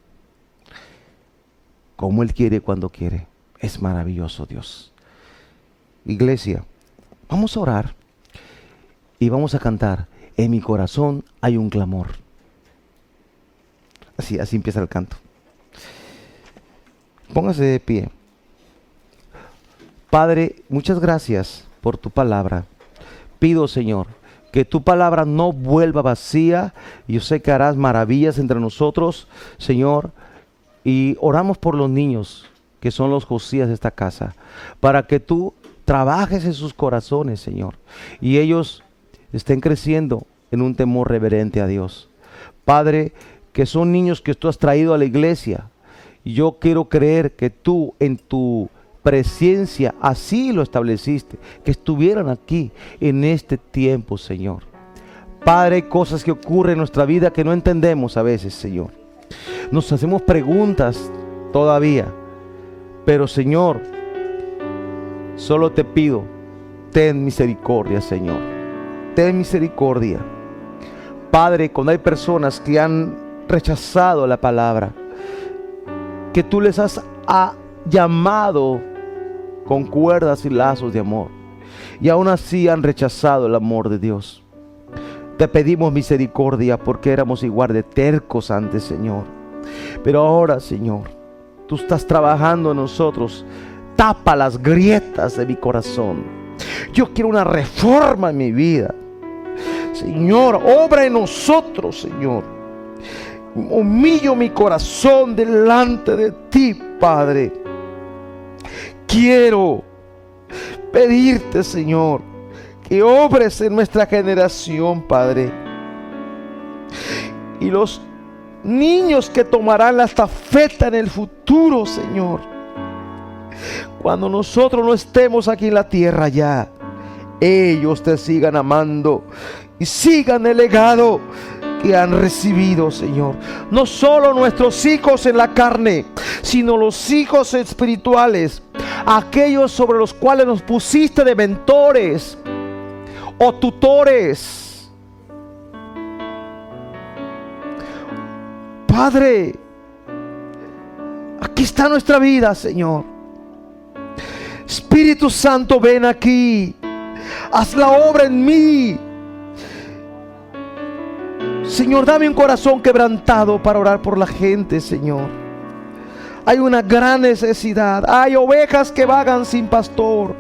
A: Como Él quiere, cuando quiere. Es maravilloso Dios. Iglesia, vamos a orar y vamos a cantar. En mi corazón hay un clamor. Así empieza el canto. Póngase de pie. Padre, muchas gracias por tu palabra. Pido, Señor, que tu palabra no vuelva vacía. Yo sé que harás maravillas entre nosotros, Señor. Y oramos por los niños, que son los Josías de esta casa, para que tú trabajes en sus corazones, Señor, y ellos estén creciendo en un temor reverente a Dios. Padre, que son niños que tú has traído a la iglesia. Y yo quiero creer que tú en tu presencia así lo estableciste, que estuvieran aquí en este tiempo, Señor. Padre, hay cosas que ocurren en nuestra vida que no entendemos a veces, Señor. Nos hacemos preguntas todavía, pero Señor, solo te pido, ten misericordia, Señor. Ten misericordia. Padre, cuando hay personas que han rechazado la palabra, que tú les has llamado con cuerdas y lazos de amor, y aún así han rechazado el amor de Dios. Te pedimos misericordia porque éramos igual de tercos antes, Señor. Pero ahora, Señor, tú estás trabajando en nosotros. Tapa las grietas de mi corazón. Yo quiero una reforma en mi vida. Señor, obra en nosotros, Señor. Humillo mi corazón delante de ti, Padre. Quiero pedirte, Señor, que obres en nuestra generación, Padre. Y los niños que tomarán la estafeta en el futuro, Señor, cuando nosotros no estemos aquí en la tierra ya, ellos te sigan amando y sigan el legado que han recibido, Señor. No solo nuestros hijos en la carne, sino los hijos espirituales, aquellos sobre los cuales nos pusiste de mentores o tutores. Padre, aquí está nuestra vida, Señor. Espíritu Santo, ven aquí. Haz la obra en mí. Señor, dame un corazón quebrantado para orar por la gente, Señor. Hay una gran necesidad. Hay ovejas que vagan sin pastor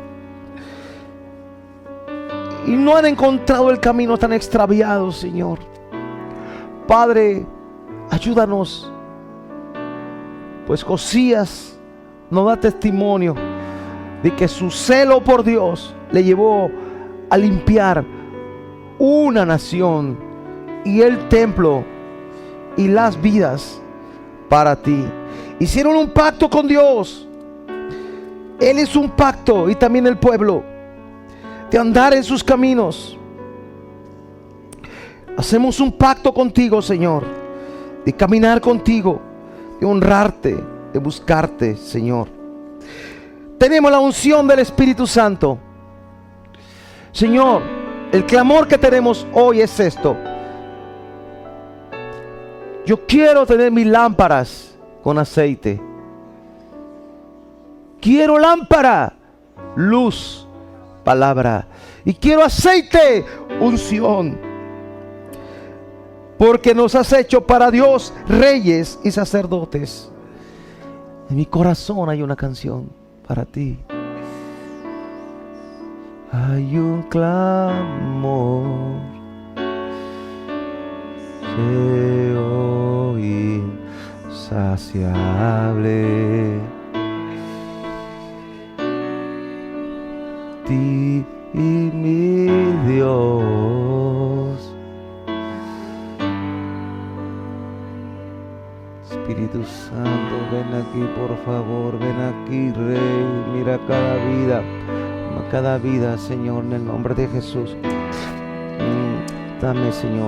A: y no han encontrado el camino, tan extraviado, Señor. Padre, ayúdanos, pues Josías nos da testimonio de que su celo por Dios le llevó a limpiar una nación y el templo y las vidas para ti. Hicieron un pacto con Dios. Él hizo un pacto, y también el pueblo, de andar en sus caminos. Hacemos un pacto contigo, Señor, de caminar contigo, de honrarte, de buscarte, Señor. Tenemos la unción del Espíritu Santo. Señor, el clamor que tenemos hoy es esto: yo quiero tener mis lámparas con aceite. Quiero lámpara, luz, palabra. Y quiero aceite, unción. Porque nos has hecho para Dios reyes y sacerdotes. En mi corazón hay una canción para ti. Hay un clamor insaciable. Ti, mi Dios. Espíritu Santo, ven aquí, por favor, ven aquí, Rey. Mira cada vida, Señor, en el nombre de Jesús. Dame, Señor.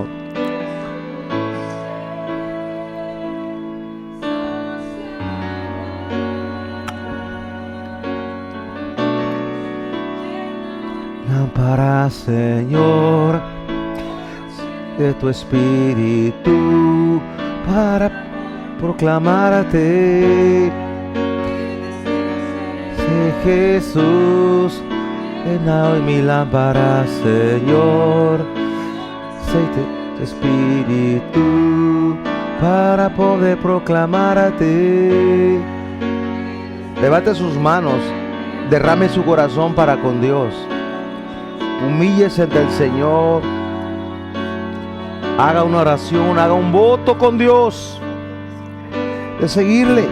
A: Lámpara, Señor, de tu Espíritu para proclamarte. Sé Jesús, llena hoy mi lámpara, Señor. Aceite tu Espíritu para poder proclamarte. Levante sus manos, derrame su corazón para con Dios. Humíllese ante el Señor. Haga una oración, haga un voto con Dios de seguirle.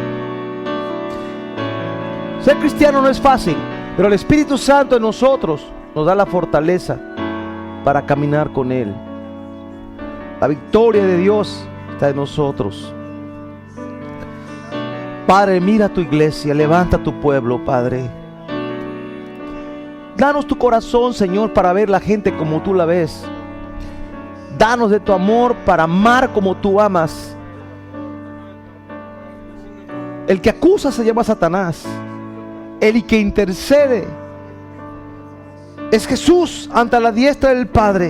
A: Ser cristiano no es fácil, pero el Espíritu Santo en nosotros nos da la fortaleza para caminar con Él. La victoria de Dios está en nosotros. Padre, mira tu iglesia, levanta tu pueblo, Padre. Danos tu corazón, Señor, para ver la gente como tú la ves. Danos de tu amor para amar como tú amas. El que acusa se llama Satanás. El que intercede es Jesús ante la diestra del Padre.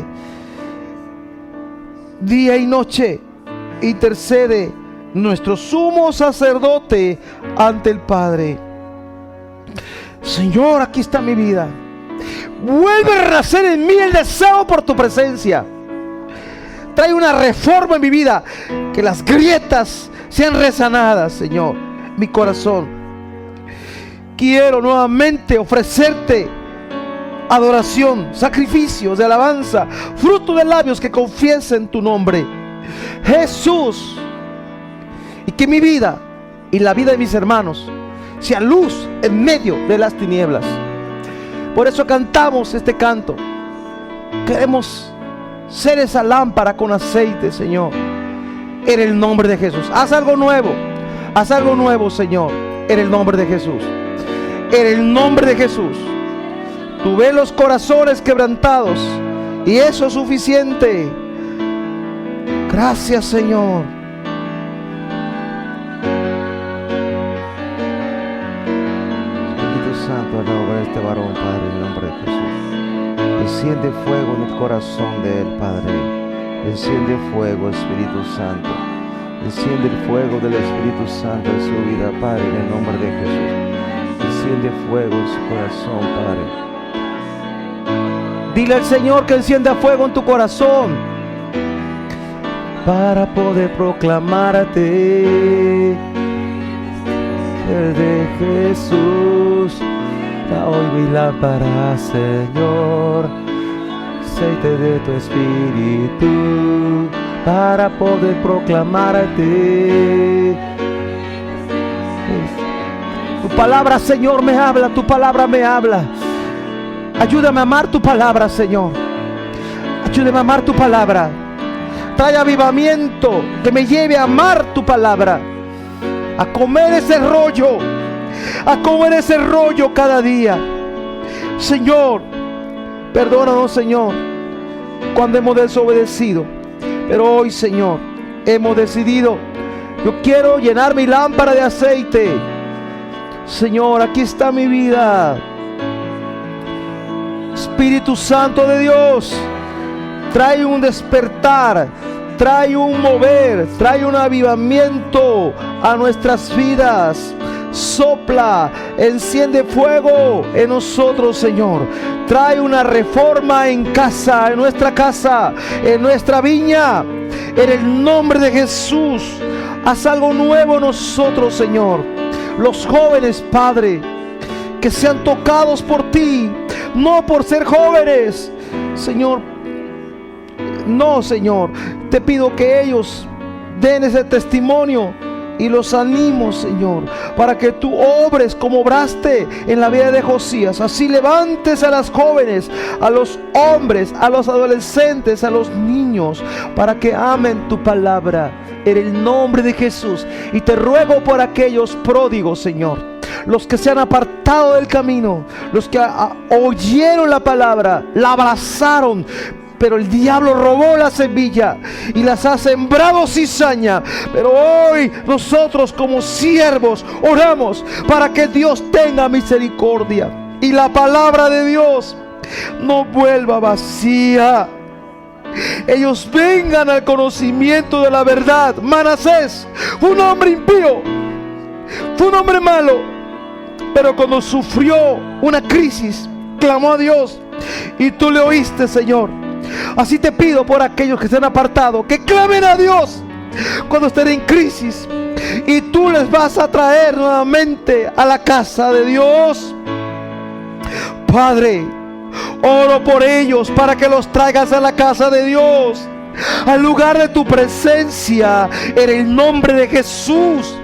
A: Día y noche intercede nuestro sumo sacerdote ante el Padre. Señor, aquí está mi vida. Vuelve a renacer en mí el deseo por tu presencia. Trae una reforma en mi vida. Que las grietas sean resanadas, Señor. Mi corazón. Quiero nuevamente ofrecerte adoración, sacrificios de alabanza, fruto de labios que confiesen tu nombre, Jesús. Y que mi vida y la vida de mis hermanos sea luz en medio de las tinieblas. Por eso cantamos este canto. Queremos ser esa lámpara con aceite, Señor, en el nombre de Jesús. Haz algo nuevo, Señor, en el nombre de Jesús. En el nombre de Jesús. Tú ves los corazones quebrantados Y eso es suficiente. Gracias, Señor. Espíritu Santo, a la obra de este varón, Padre, en el nombre de Jesús. Enciende fuego en el corazón de él, Padre. Enciende fuego, Espíritu Santo. Enciende el fuego del Espíritu Santo en su vida, Padre, en el nombre de Jesús. Enciende fuego en su corazón, Padre. Dile al Señor que encienda fuego en tu corazón para poder proclamarte de Jesús. Hoy mi lámpara, Señor, aceite de tu Espíritu para poder proclamarte. Tu palabra, Señor, me habla, tu palabra me habla. Ayúdame a amar tu palabra, Señor. Ayúdame a amar tu palabra. Trae avivamiento que me lleve a amar tu palabra, a comer ese rollo, cada día. Señor, perdónanos, Señor, cuando hemos desobedecido. Pero hoy, Señor, hemos decidido: yo quiero llenar mi lámpara de aceite. Señor, aquí está mi vida. Espíritu Santo de Dios, trae un despertar, trae un mover, trae un avivamiento a nuestras vidas. Sopla, enciende fuego en nosotros, Señor. Trae una reforma en casa, en nuestra casa, en nuestra viña. En el nombre de Jesús, haz algo nuevo en nosotros, Señor. Los jóvenes, Padre, que sean tocados por ti, no por ser jóvenes, Señor. No, Señor, te pido que ellos den ese testimonio y los animo, Señor, para que tú obres como obraste en la vida de Josías. Así levantes a las jóvenes, a los hombres, a los adolescentes, a los niños, para que amen tu palabra en el nombre de Jesús. Y te ruego por aquellos pródigos, Señor, los que se han apartado del camino, los que oyeron la palabra, la abrazaron, pero el diablo robó la semilla y las ha sembrado cizaña. Pero hoy nosotros, como siervos, oramos para que Dios tenga misericordia y la palabra de Dios no vuelva vacía. Ellos vengan al conocimiento de la verdad. Manasés fue un hombre impío, fue un hombre malo, pero cuando sufrió una crisis, clamó a Dios y tú le oíste, Señor. Así te pido por aquellos que se han apartado, que clamen a Dios cuando estén en crisis, y tú les vas a traer nuevamente a la casa de Dios. Padre, oro por ellos para que los traigas a la casa de Dios, al lugar de tu presencia, en el nombre de Jesús.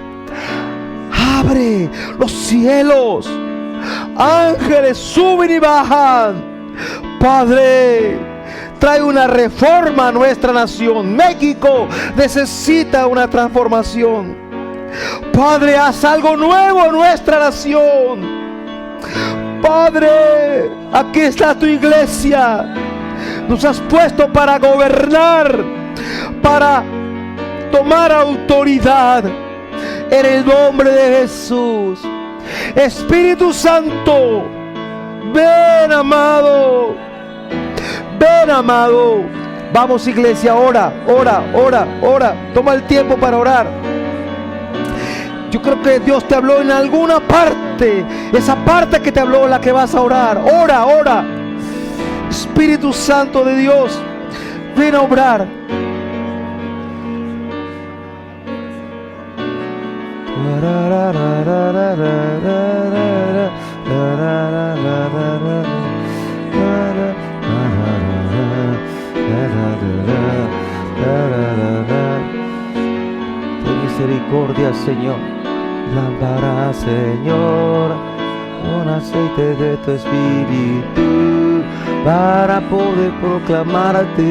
A: Abre los cielos, ángeles suben y bajan. Padre, trae una reforma a nuestra nación. México necesita una transformación. Padre, haz algo nuevo en nuestra nación. Padre, aquí está tu iglesia. Nos has puesto para gobernar, para tomar autoridad. En el nombre de Jesús. Espíritu Santo, ven, amado. Ven, amado. Vamos, iglesia, ora. Toma el tiempo para orar. Yo creo que Dios te habló en alguna parte. Esa parte que te habló, la que vas a orar. Ora. Espíritu Santo de Dios, ven a obrar. Ten misericordia, Señor. Lámpara, Señor, con aceite de tu Espíritu, para poder proclamarte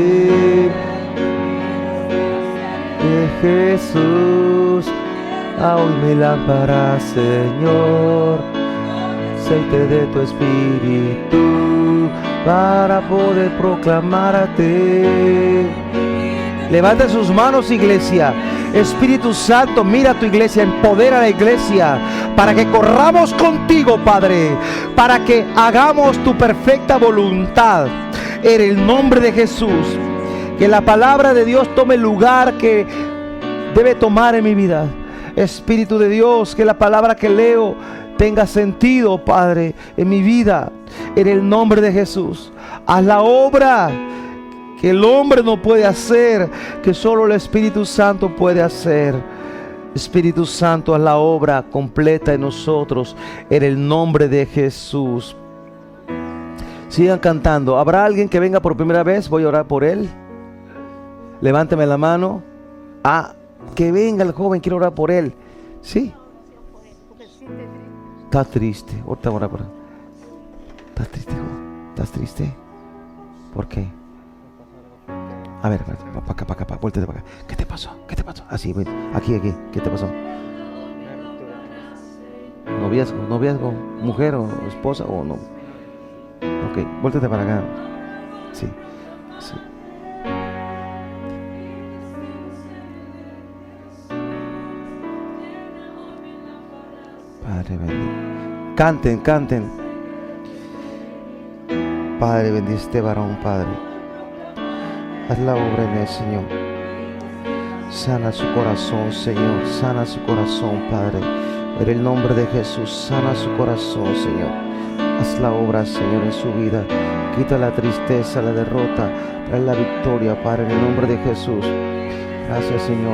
A: de Jesús. Hoy mi lámpara, Señor, aceite de tu Espíritu, para poder proclamarte. Levanta sus manos, iglesia. Espíritu Santo, mira a tu iglesia, empodera a la iglesia para que corramos contigo, Padre, para que hagamos tu perfecta voluntad en el nombre de Jesús. Que la palabra de Dios tome el lugar que debe tomar en mi vida. Espíritu de Dios, que la palabra que leo tenga sentido, Padre, en mi vida, en el nombre de Jesús. Haz la obra que el hombre no puede hacer, que solo el Espíritu Santo puede hacer. Espíritu Santo, haz la obra completa en nosotros, en el nombre de Jesús. Sigan cantando. ¿Habrá alguien que venga por primera vez? Voy a orar por él. Levánteme la mano. Que venga el joven, quiero orar por él. Sí. Está triste. Ahorita voy a orar por él. ¿Estás triste, joven? ¿Estás triste? ¿Por qué? A ver, para acá, vuéltate para acá. ¿Qué te pasó? Así, ven. Aquí. ¿Qué te pasó? ¿Noviazgo? ¿Mujer o esposa o no? Ok, vuéltate para acá. Sí. Padre bendito. Canten. Padre, bendice este varón, Padre. Haz la obra en él, Señor. Sana su corazón, Señor. Sana su corazón, Padre. En el nombre de Jesús, sana su corazón, Señor. Haz la obra, Señor, en su vida. Quita la tristeza, la derrota. Trae la victoria, Padre, en el nombre de Jesús. Gracias, Señor.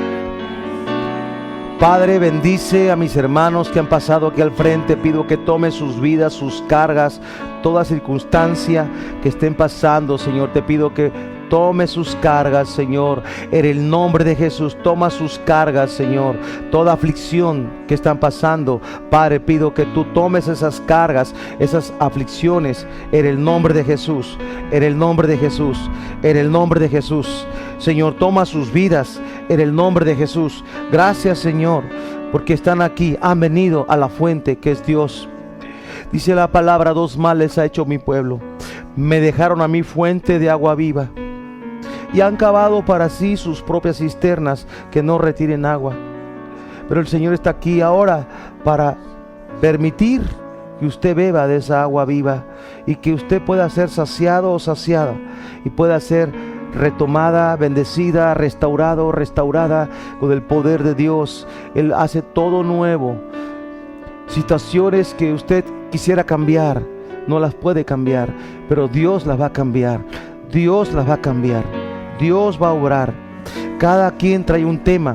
A: Padre, bendice a mis hermanos que han pasado aquí al frente. Pido que tome sus vidas, sus cargas, toda circunstancia que estén pasando, Señor. Te pido que tome sus cargas, Señor, en el nombre de Jesús. Toma sus cargas, Señor. Toda aflicción que están pasando, Padre, pido que tú tomes esas cargas, esas aflicciones, en el nombre de Jesús. En el nombre de Jesús. En el nombre de Jesús. Señor, toma sus vidas en el nombre de Jesús. Gracias, Señor, porque están aquí, han venido a la fuente que es Dios. Dice la palabra: 2 males ha hecho mi pueblo. Me dejaron a mí fuente de agua viva y han cavado para sí sus propias cisternas que no retiren agua. Pero el Señor está aquí ahora para permitir que usted beba de esa agua viva y que usted pueda ser saciado o saciada y pueda ser retomada, bendecida, restaurada con el poder de Dios. Él hace todo nuevo. Situaciones que usted quisiera cambiar, no las puede cambiar, pero Dios las va a cambiar. Dios las va a cambiar. Dios va a obrar. Cada quien trae un tema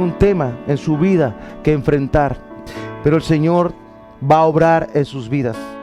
A: en su vida que enfrentar, pero el Señor va a obrar en sus vidas.